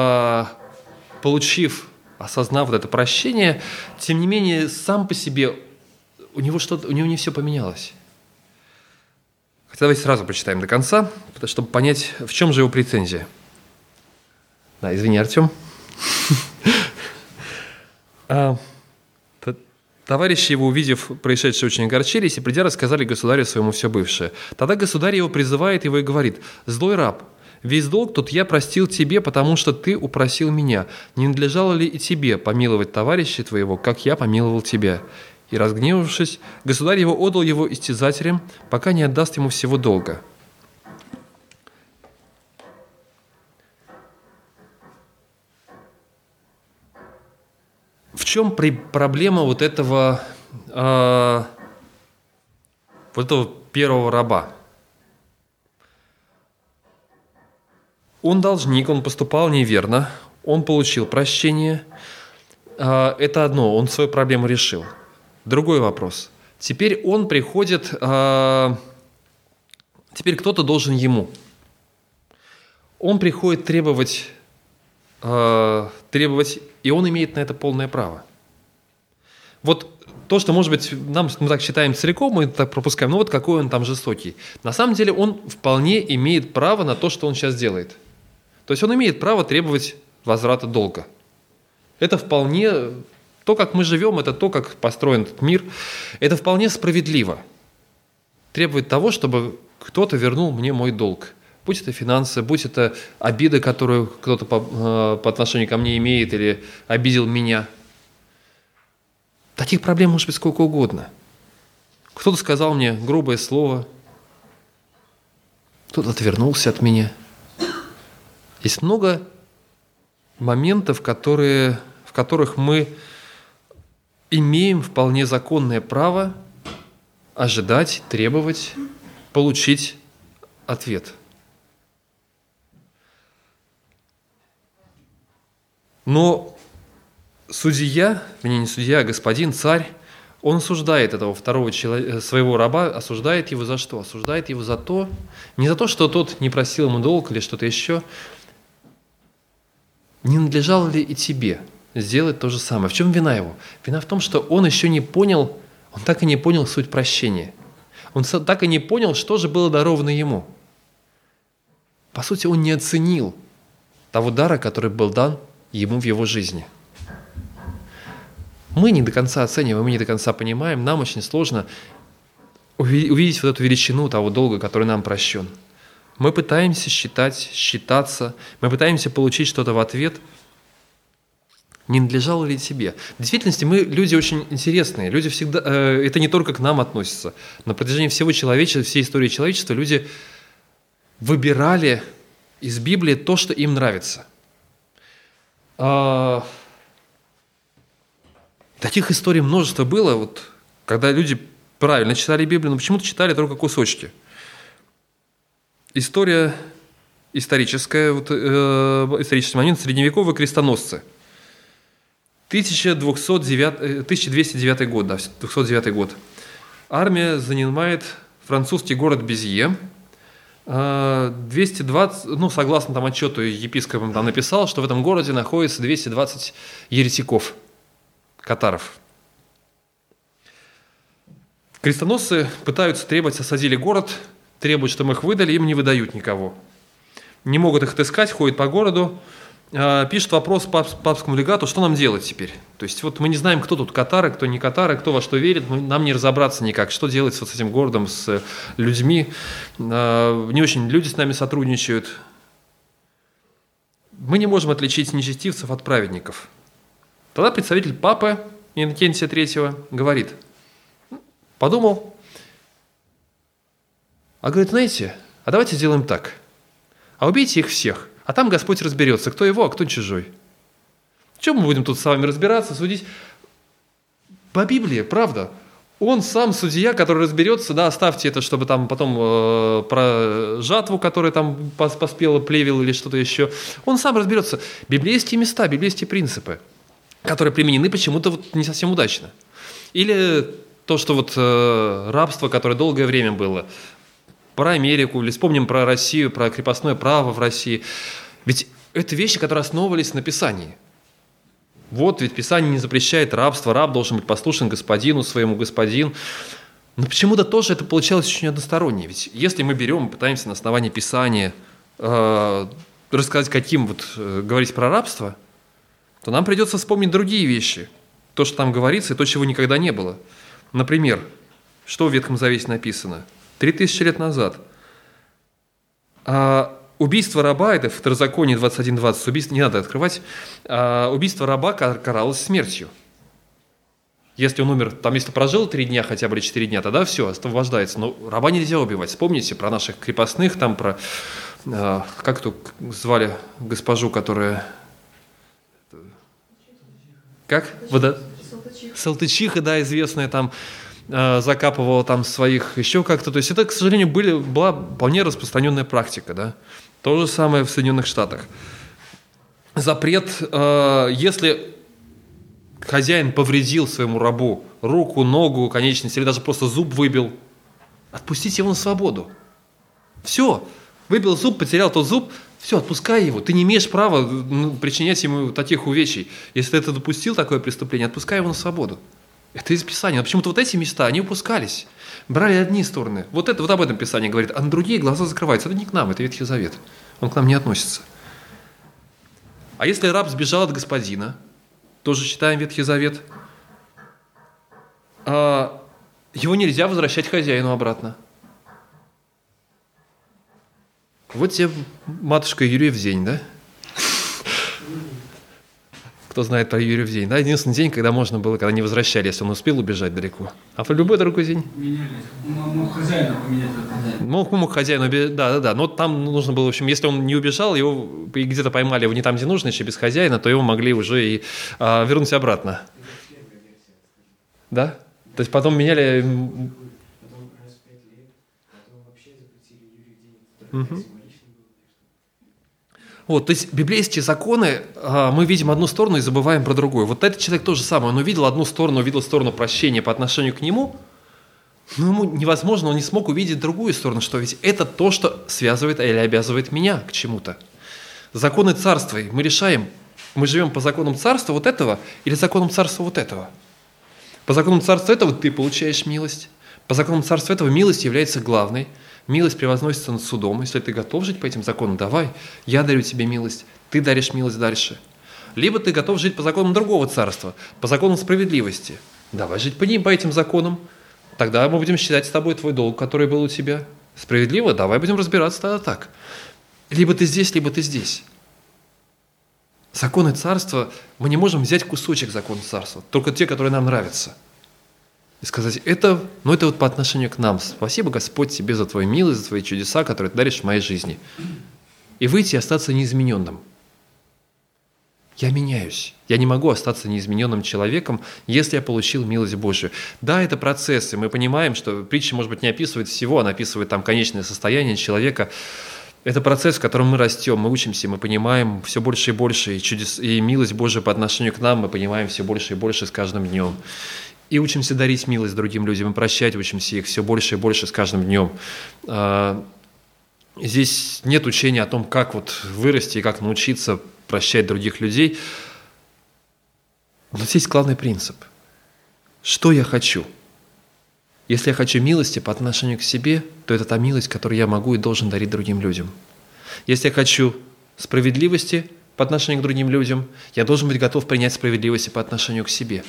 осознав вот это прощение, тем не менее, сам по себе, у него не все поменялось. Хотя давайте сразу прочитаем до конца, чтобы понять, в чем же его претензия. Да, извини, Артем. Товарищи его, увидев происшедшее, очень огорчились и, придя, рассказали государю своему все бывшее. Тогда государь его призывает его и говорит: «Злой раб, весь долг тут я простил тебе, потому что ты упросил меня. Не надлежало ли и тебе помиловать товарища твоего, как я помиловал тебя?» И, разгневавшись, государь его отдал его истязателям, пока не отдаст ему всего долга. В чем проблема вот этого первого раба? Он должник, он поступал неверно, он получил прощение. Это одно, он свою проблему решил. Другой вопрос. Теперь он приходит, теперь кто-то должен ему. Он приходит требовать, и он имеет на это полное право. Вот то, что, может быть, мы так считаем целиком, мы так пропускаем, ну вот какой он там жестокий. На самом деле он вполне имеет право на то, что он сейчас делает. То есть он имеет право требовать возврата долга. Это вполне, то, как мы живем, это то, как построен этот мир, это вполне справедливо. Требовать того, чтобы кто-то вернул мне мой долг. Будь это финансы, будь это обида, которую кто-то по отношению ко мне имеет или обидел меня. Таких проблем может быть сколько угодно. Кто-то сказал мне грубое слово, кто-то отвернулся от меня. Есть много моментов, в которых мы имеем вполне законное право ожидать, требовать, получить ответ. Но судья, не судья, а господин, царь, он осуждает этого второго человека, своего раба, осуждает его за что? Осуждает его за то, не за то, что тот не просил ему долг или что-то еще. Не надлежало ли и тебе сделать то же самое? В чем вина его? Вина в том, что он еще не понял, он так и не понял суть прощения. Он так и не понял, что же было даровано ему. По сути, он не оценил того дара, который был дан ему в его жизни. Мы не до конца оцениваем, мы не до конца понимаем, нам очень сложно увидеть вот эту величину того долга, который нам прощен. Мы пытаемся считаться, мы пытаемся получить что-то в ответ. Не надлежало ли тебе? В действительности мы люди очень интересные, люди всегда, это не только к нам относится. На протяжении всего человечества, всей истории человечества люди выбирали из Библии то, что им нравится. Таких историй множество было, вот, когда люди правильно читали Библию, но почему-то читали только кусочки. Исторический момент, средневековые крестоносцы. 1209 год, да, 209 год. Армия занимает французский город Безье. 220, согласно там отчету епископ там написал, что в этом городе находится 220 еретиков, катаров. Крестоносцы пытаются требовать, осадили город, требуют, чтобы их выдали, им не выдают никого. Не могут их отыскать, ходят по городу, пишут вопрос папскому легату, что нам делать теперь. То есть вот мы не знаем, кто тут катары, кто не катары, кто во что верит, нам не разобраться никак, что делать вот с этим городом, с людьми. Не очень люди с нами сотрудничают. Мы не можем отличить нечестивцев от праведников. Тогда представитель папы Иннокентия III говорит: подумал, а говорит, знаете, а давайте сделаем так. А убейте их всех, а там Господь разберется, кто его, а кто чужой. Чем мы будем тут с вами разбираться, судить? По Библии, правда. Он сам судья, который разберется, да, оставьте это, чтобы там потом про жатву, которая там поспела, плевел или что-то еще. Он сам разберется. Библейские места, библейские принципы, которые применены почему-то вот не совсем удачно. Или то, что вот рабство, которое долгое время было, про Америку, или вспомним про Россию, про крепостное право в России. Ведь это вещи, которые основывались на Писании. Вот, ведь Писание не запрещает рабство, раб должен быть послушен господину, своему господин. Но почему-то тоже это получалось очень односторонне. Ведь если мы берем, пытаемся на основании Писания рассказать, каким вот говорить про рабство, то нам придется вспомнить другие вещи. То, что там говорится, и то, чего никогда не было. Например, что в Ветхом Завете написано? 3000 лет назад. Убийство раба, это в Второзаконии 21:20, убийство, не надо открывать, убийство раба каралось смертью. Если он умер, там, если прожил 3 дня хотя бы или 4 дня, тогда все, освобождается. Но раба нельзя убивать. Вспомните про наших крепостных, там про, как тут звали госпожу, которая... Как? Салтычиха, да, известная там, закапывала там своих еще как-то. То есть это, к сожалению, была вполне распространенная практика, да. То же самое в Соединенных Штатах. Запрет, если хозяин повредил своему рабу руку, ногу, конечность или даже просто зуб выбил, отпустите его на свободу. Все, выбил зуб, потерял тот зуб, все, отпускай его. Ты не имеешь права причинять ему таких увечий. Если ты это допустил, такое преступление, отпускай его на свободу. Это из Писания. Но почему-то вот эти места, они упускались. Брали одни стороны. Вот об этом Писание говорит. А на другие глаза закрываются. Это не к нам, это Ветхий Завет. Он к нам не относится. А если раб сбежал от господина, тоже читаем Ветхий Завет, его нельзя возвращать хозяину обратно. Вот тебе матушка Юрьев день, да? Кто знает про Юрьев день, да? Единственный день, когда можно было, когда не возвращали, если он успел убежать далеко. А в любой другой день. Менялись. Мог хозяина поменять. Мог хозяина, да. Но там нужно было, в общем, если он не убежал, его где-то поймали его не там, где нужно, еще без хозяина, то его могли уже и вернуть обратно. Да? То есть потом меняли... Потом раз в 5 лет, потом вообще запретили Юрьев день. Вот, то есть библейские законы, мы видим одну сторону и забываем про другую. Вот этот человек то же самое, он увидел одну сторону, увидел сторону прощения по отношению к нему, но ему невозможно, он не смог увидеть другую сторону, что ведь это то, что связывает или обязывает меня к чему-то. Законы царства, мы решаем, мы живем по законам царства вот этого или законам царства вот этого. По законам царства этого ты получаешь милость, по законам царства этого милость является главной. Милость превозносится над судом. Если ты готов жить по этим законам, давай, я дарю тебе милость, ты даришь милость дальше. Либо ты готов жить по законам другого царства, по законам справедливости. Давай жить по этим законам. Тогда мы будем считать с тобой твой долг, который был у тебя. Справедливо? Давай будем разбираться тогда так. Либо ты здесь, либо ты здесь. Законы царства, мы не можем взять кусочек закона царства, только те, которые нам нравятся. И сказать, это вот по отношению к нам. Спасибо, Господь, тебе за твою милость, за твои чудеса, которые ты даришь в моей жизни. И выйти и остаться неизмененным. Я меняюсь. Я не могу остаться неизмененным человеком, если я получил милость Божию. Да, это процессы. Мы понимаем, что притча, может быть, не описывает всего, она описывает там конечное состояние человека. Это процесс, в котором мы растем, мы учимся, мы понимаем все больше и больше, и милость Божия по отношению к нам мы понимаем все больше и больше с каждым днем. И учимся дарить милость другим людям, и прощать учимся их все больше и больше с каждым днем. Здесь нет учения о том, как вот вырасти и как научиться прощать других людей. Но здесь есть главный принцип. Что я хочу? Если я хочу милости по отношению к себе, то это та милость, которую я могу и должен дарить другим людям. Если я хочу справедливости по отношению к другим людям, я должен быть готов принять справедливость по отношению к себе.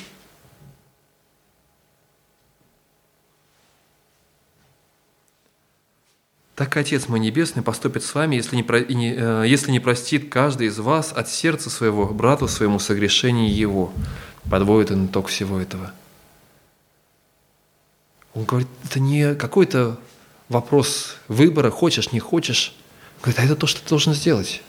Так Отец мой Небесный поступит с вами, если не простит каждый из вас от сердца своего брату своему согрешение его. Подводит он итог всего этого. Он говорит, это не какой-то вопрос выбора, хочешь, не хочешь. Он говорит, а это то, что ты должен сделать.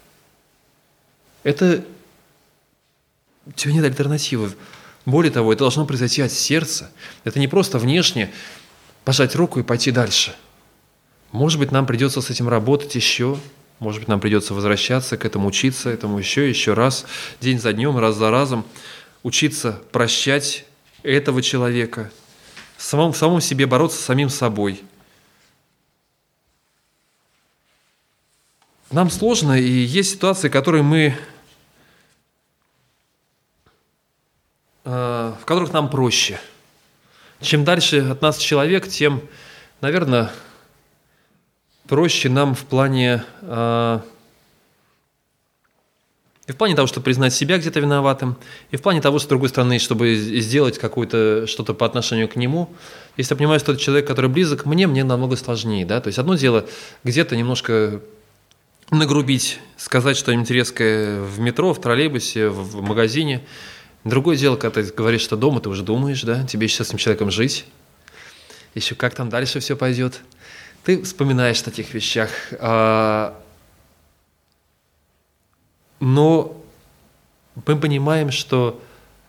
Это у тебя нет альтернативы. Более того, это должно произойти от сердца. Это не просто внешне пожать руку и пойти дальше. Может быть, нам придется с этим работать еще. Может быть, нам придется возвращаться к этому, учиться этому еще раз, день за днем, раз за разом. Учиться прощать этого человека, в самом себе бороться с самим собой. Нам сложно, и есть ситуации, в которых нам проще. Чем дальше от нас человек, тем, наверное, проще нам в плане того, чтобы признать себя где-то виноватым, и в плане того, что, с другой стороны, чтобы сделать что-то по отношению к нему. Если я понимаю, что это человек, который близок, мне намного сложнее. Да? То есть одно дело где-то немножко нагрубить, сказать что-нибудь резкое в метро, в троллейбусе, в магазине. Другое дело, когда ты говоришь, что дома, ты уже думаешь, да, тебе еще с этим человеком жить, еще как там дальше все пойдет. Ты вспоминаешь о таких вещах. Но мы понимаем, что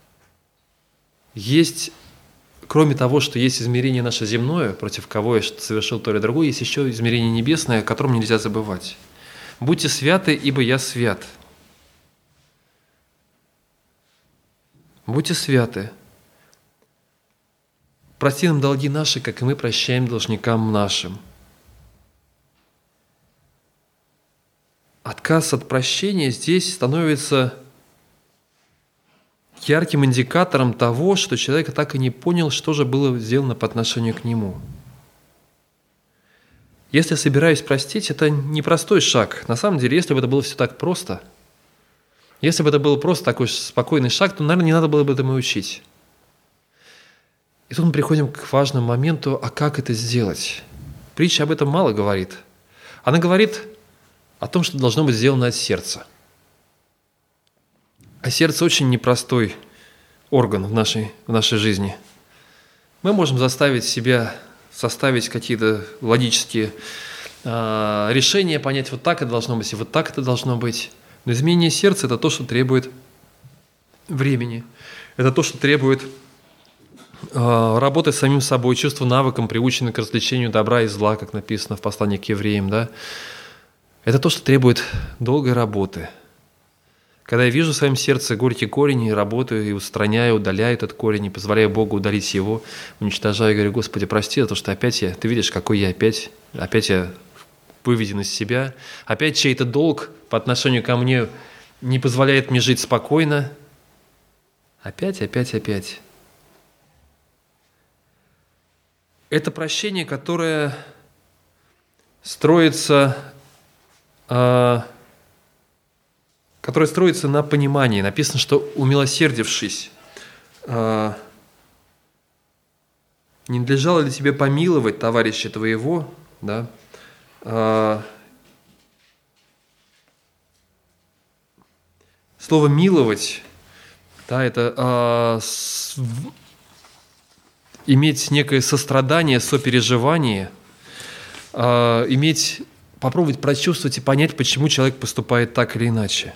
есть, кроме того, что есть измерение наше земное, против кого я совершил то или другое, есть еще измерение небесное, о котором нельзя забывать. «Будьте святы, ибо я свят». Будьте святы. Прости нам долги наши, как и мы прощаем должникам нашим. Отказ от прощения здесь становится ярким индикатором того, что человек так и не понял, что же было сделано по отношению к нему. Если я собираюсь простить, это непростой шаг. На самом деле, если бы это было все так просто, если бы это был просто такой спокойный шаг, то, наверное, не надо было бы этому учить. И тут мы приходим к важному моменту, а как это сделать? Притча об этом мало говорит. Она говорит о том, что должно быть сделано от сердца. А сердце очень непростой орган в нашей жизни. Мы можем заставить себя составить какие-то логические решения, понять, вот так это должно быть, и вот так это должно быть. Но изменение сердца – это то, что требует времени. Это то, что требует работы с самим собой, чувства навыком, приученным к развлечению добра и зла, как написано в послании к евреям. Да? Это то, что требует долгой работы. Когда я вижу в своем сердце горький корень, и работаю, и устраняю, удаляю этот корень, и позволяю Богу удалить его, уничтожаю, и говорю, Господи, прости за то, что опять ты видишь, какой я опять я выведен из себя, опять чей-то долг по отношению ко мне не позволяет мне жить спокойно. Опять. Это прощение, которое строится на понимании. Написано, что умилосердившись, не надлежало ли тебе помиловать товарища твоего, да? Слово «миловать», да, это иметь некое сострадание, сопереживание, попробовать прочувствовать и понять, почему человек поступает так или иначе.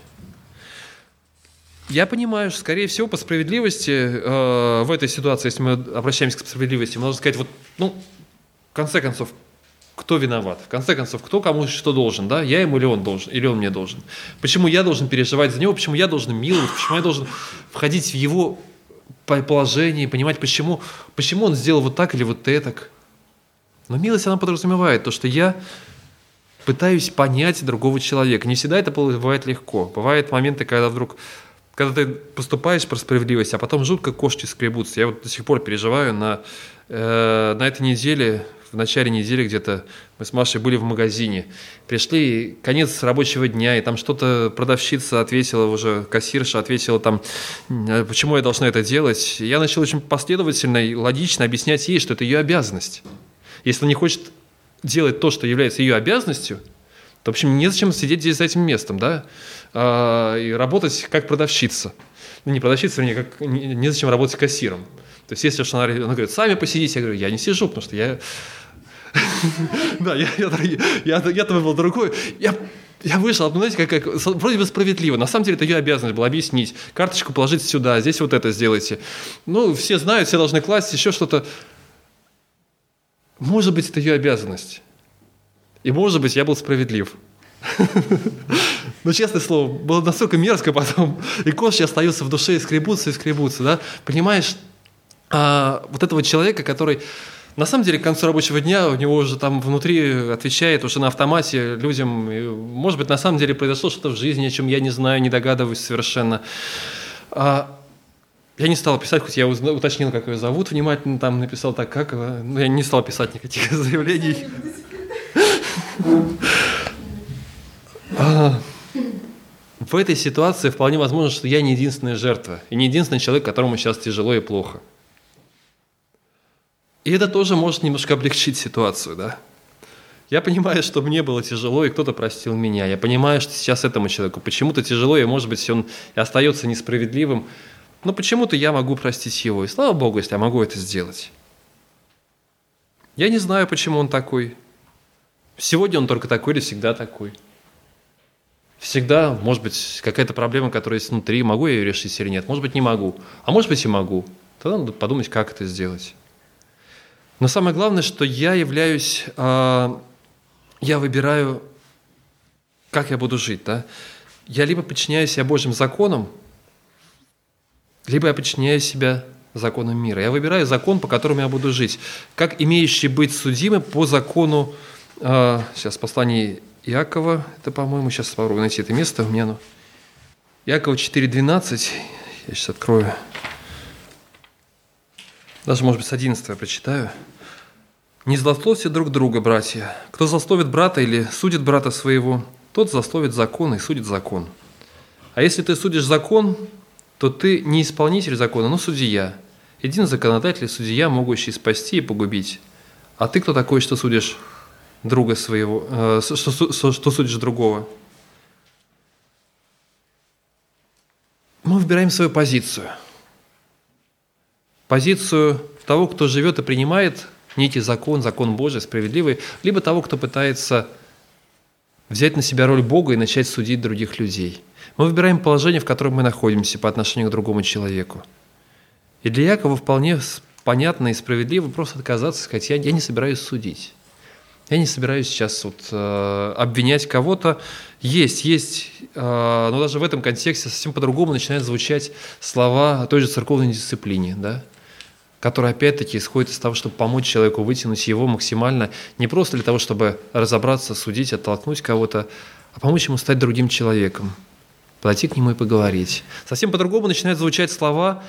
Я понимаю, что, скорее всего, по справедливости в этой ситуации, если мы обращаемся к справедливости, мы должны сказать, в конце концов, кто виноват? В конце концов, кто кому что должен? Да? Я ему или он должен? Или он мне должен? Почему я должен переживать за него? Почему я должен миловать? Почему я должен входить в его положение и понимать, почему он сделал вот так или вот этак? Но милость, она подразумевает то, что я пытаюсь понять другого человека. Не всегда это бывает легко. Бывают моменты, когда ты поступаешь по справедливости, а потом жутко кошки скребутся. Я до сих пор переживаю на этой неделе. В начале недели где-то мы с Машей были в магазине. Пришли, конец рабочего дня, и там что-то продавщица ответила, уже кассирша ответила там, почему я должна это делать. И я начал очень последовательно и логично объяснять ей, что это ее обязанность. Если она не хочет делать то, что является ее обязанностью, то, в общем, незачем сидеть здесь за этим местом, да, и работать как продавщица. Не продавщица, вернее, незачем работать кассиром. То То есть, если она говорит, сами посидите, я говорю, я не сижу, потому что я... Да, я-то выбрал другой. Я вышел, знаете, как вроде бы справедливо. На самом деле, это ее обязанность была объяснить. Карточку положить сюда, здесь вот это сделайте. Ну, все знают, все должны класть, еще что-то. Может быть, это ее обязанность. И, может быть, я был справедлив. Но, честное слово, было настолько мерзко потом. И кошки остаются в душе и скребутся, да? Понимаешь, вот этого человека, который... На самом деле, к концу рабочего дня у него уже там внутри отвечает уже на автомате людям. И, может быть, на самом деле произошло что-то в жизни, о чем я не знаю, не догадываюсь совершенно. Я не стал писать, хоть я уточнил, как ее зовут, внимательно там написал так, как... Но я не стал писать никаких заявлений. В этой ситуации вполне возможно, что я не единственная жертва. И не единственный человек, которому сейчас тяжело и плохо. И это тоже может немножко облегчить ситуацию, да? Я понимаю, что мне было тяжело, и кто-то простил меня. Я понимаю, что сейчас этому человеку почему-то тяжело, и, может быть, он и остается несправедливым. Но почему-то я могу простить его. И слава Богу, если я могу это сделать. Я не знаю, почему он такой. Сегодня он только такой или всегда такой. Всегда, может быть, какая-то проблема, которая есть внутри. Могу я ее решить или нет? Может быть, не могу. А может быть, и могу. Тогда надо подумать, как это сделать. Но самое главное, что я выбираю, как я буду жить. Да? Я либо подчиняюсь себя Божьим законам, либо я подчиняю себя законам мира. Я выбираю закон, по которому я буду жить. Как имеющий быть судимым по закону, сейчас послание Иакова, это, по-моему, сейчас попробую найти это место, у меня Иакова 4:12, я сейчас открою. Даже, может быть, с 11 я прочитаю. «Не злословьте друг друга, братья. Кто злословит брата или судит брата своего, тот злословит закон и судит закон. А если ты судишь закон, то ты не исполнитель закона, но судья. Един законодатель и судья, могущий спасти и погубить. А ты кто такой, что судишь друга своего, что судишь другого?» Мы выбираем свою позицию. Позицию того, кто живет и принимает некий закон Божий, справедливый, либо того, кто пытается взять на себя роль Бога и начать судить других людей. Мы выбираем положение, в котором мы находимся по отношению к другому человеку. И для Иакова вполне понятно и справедливо просто отказаться, сказать, я не собираюсь судить. Я не собираюсь сейчас обвинять кого-то. Есть, но даже в этом контексте совсем по-другому начинают звучать слова о той же церковной дисциплине, да? Которая опять-таки исходит из того, чтобы помочь человеку вытянуть его максимально, не просто для того, чтобы разобраться, судить, оттолкнуть кого-то, а помочь ему стать другим человеком, подойти к нему и поговорить. Совсем по-другому начинают звучать слова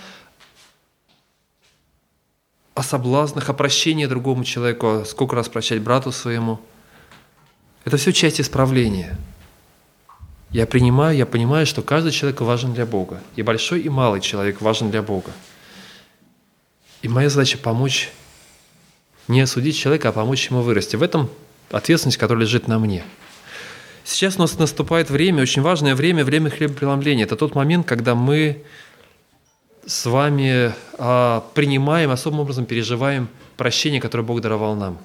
о соблазнах, о прощении другому человеку, сколько раз прощать брату своему. Это все часть исправления. Я понимаю, что каждый человек важен для Бога. И большой, и малый человек важен для Бога. И моя задача помочь, не осудить человека, а помочь ему вырасти. В этом ответственность, которая лежит на мне. Сейчас у нас наступает время, очень важное время хлебопреломления. Это тот момент, когда мы с вами принимаем, особым образом переживаем прощение, которое Бог даровал нам.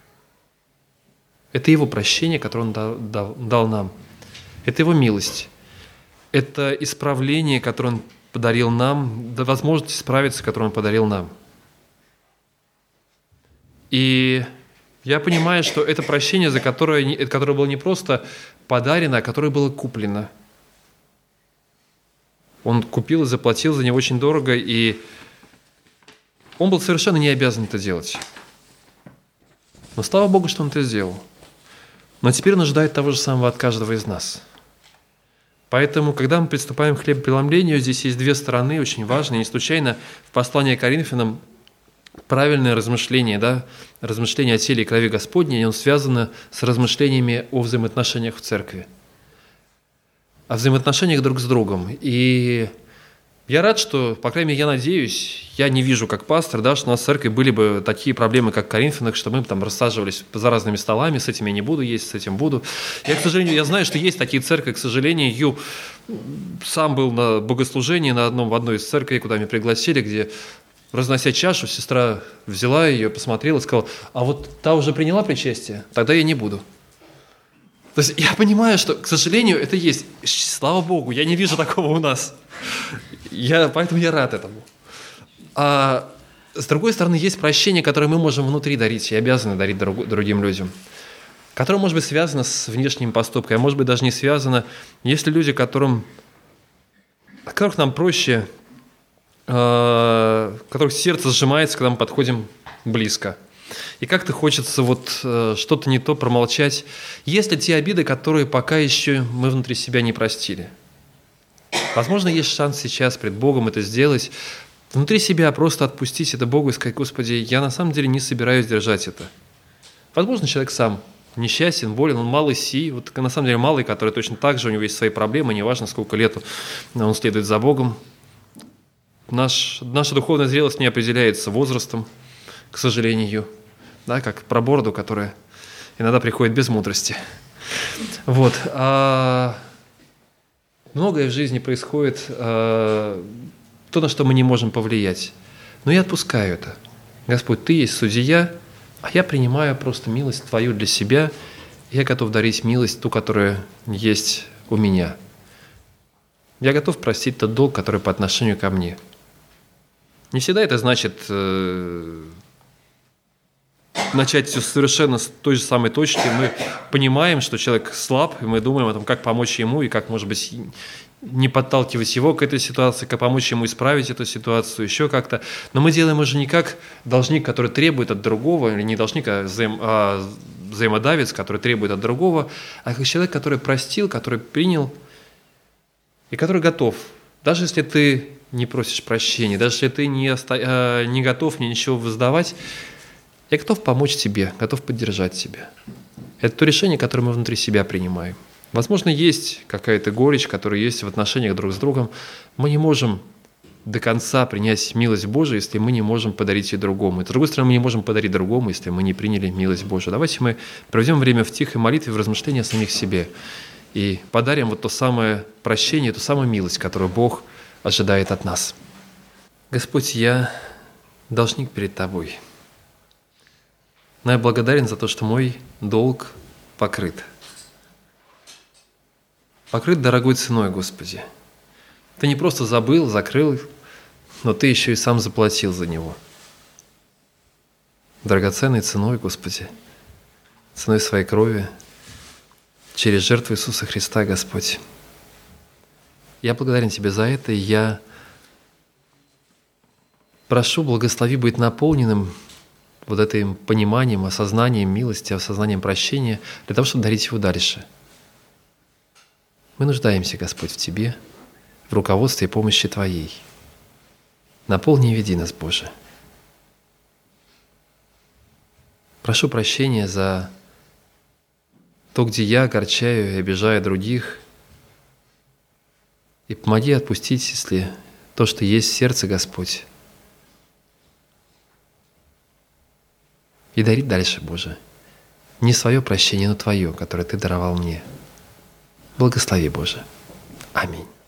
Это Его прощение, которое Он дал нам. Это Его милость. Это исправление, которое Он подарил нам, возможность исправиться, которую Он подарил нам. И я понимаю, что это прощение, которое было не просто подарено, а которое было куплено. Он купил и заплатил за него очень дорого, и он был совершенно не обязан это делать. Но слава Богу, что он это сделал. Но теперь он ожидает того же самого от каждого из нас. Поэтому, когда мы приступаем к хлебопреломлению, здесь есть две стороны, очень важные. Не случайно в послании к Коринфянам правильное размышление, размышление о теле и крови Господней, оно связано с размышлениями о взаимоотношениях в церкви, о взаимоотношениях друг с другом. И я рад, что, по крайней мере, я надеюсь, я не вижу как пастор, что у нас в церкви были бы такие проблемы, как в Коринфянах, что мы там рассаживались за разными столами, с этим я не буду есть, с этим буду. К сожалению, я знаю, что есть такие церкви, к сожалению, сам был на богослужении в одной из церквей, куда меня пригласили, где разнося чашу, сестра взяла ее, посмотрела и сказала: а вот та уже приняла причастие, тогда я не буду. То есть я понимаю, что, к сожалению, это есть. Слава Богу, я не вижу такого у нас. Поэтому я рад этому. А с другой стороны, есть прощение, которое мы можем внутри дарить и обязаны дарить другим людям, которое может быть связано с внешним поступком, а может быть даже не связано. Есть ли люди, которых нам проще, которых сердце сжимается, когда мы подходим близко. И как-то хочется что-то не то промолчать. Есть ли те обиды, которые пока еще мы внутри себя не простили? Возможно, есть шанс сейчас пред Богом это сделать. Внутри себя просто отпустить это Богу и сказать: Господи, я на самом деле не собираюсь держать это. Возможно, человек сам несчастен, болен, он малый сий, на самом деле малый, который точно так же, у него есть свои проблемы, неважно, сколько лет он следует за Богом. Наша духовная зрелость не определяется возрастом, к сожалению, да, как про бороду, которая иногда приходит без мудрости. Многое в жизни происходит, то, на что мы не можем повлиять. Но я отпускаю это. Господь, Ты есть судья, а я принимаю просто милость Твою для себя. Я готов дарить милость, ту, которая есть у меня. Я готов простить тот долг, который по отношению ко мне. Не всегда это значит начать все совершенно с той же самой точки. Мы понимаем, что человек слаб, и мы думаем о том, как помочь ему, и как, может быть, не подталкивать его к этой ситуации, как помочь ему исправить эту ситуацию, еще как-то. Но мы делаем уже не как должник, который требует от другого, или не должник, а взаимодавец, который требует от другого, а как человек, который простил, который принял, и который готов. Даже если ты не просишь прощения, даже если ты не готов мне ничего воздавать, я готов помочь тебе, готов поддержать тебя. Это то решение, которое мы внутри себя принимаем. Возможно, есть какая-то горечь, которая есть в отношениях друг с другом. Мы не можем до конца принять милость Божию, если мы не можем подарить ее другому. И, с другой стороны, мы не можем подарить другому, если мы не приняли милость Божию. Давайте мы проведем время в тихой молитве, в размышлении о самих себе и подарим то самое прощение, ту самую милость, которую Бог ожидает от нас. Господь, я должник перед Тобой. Но я благодарен за то, что мой долг покрыт. Покрыт дорогой ценой, Господи. Ты не просто забыл, закрыл, но Ты еще и сам заплатил за него. Драгоценной ценой, Господи, ценой своей крови, через жертву Иисуса Христа, Господь. Я благодарен Тебе за это, и я прошу, благослови быть наполненным этим пониманием, осознанием милости, осознанием прощения, для того, чтобы дарить его дальше. Мы нуждаемся, Господь, в Тебе, в руководстве и помощи Твоей. Наполни и веди нас, Боже. Прошу прощения за то, где я огорчаю и обижаю других, и помоги отпустить, если то, что есть в сердце, Господь, и дарить дальше, Боже, не свое прощение, но Твое, которое Ты даровал мне. Благослови, Боже. Аминь.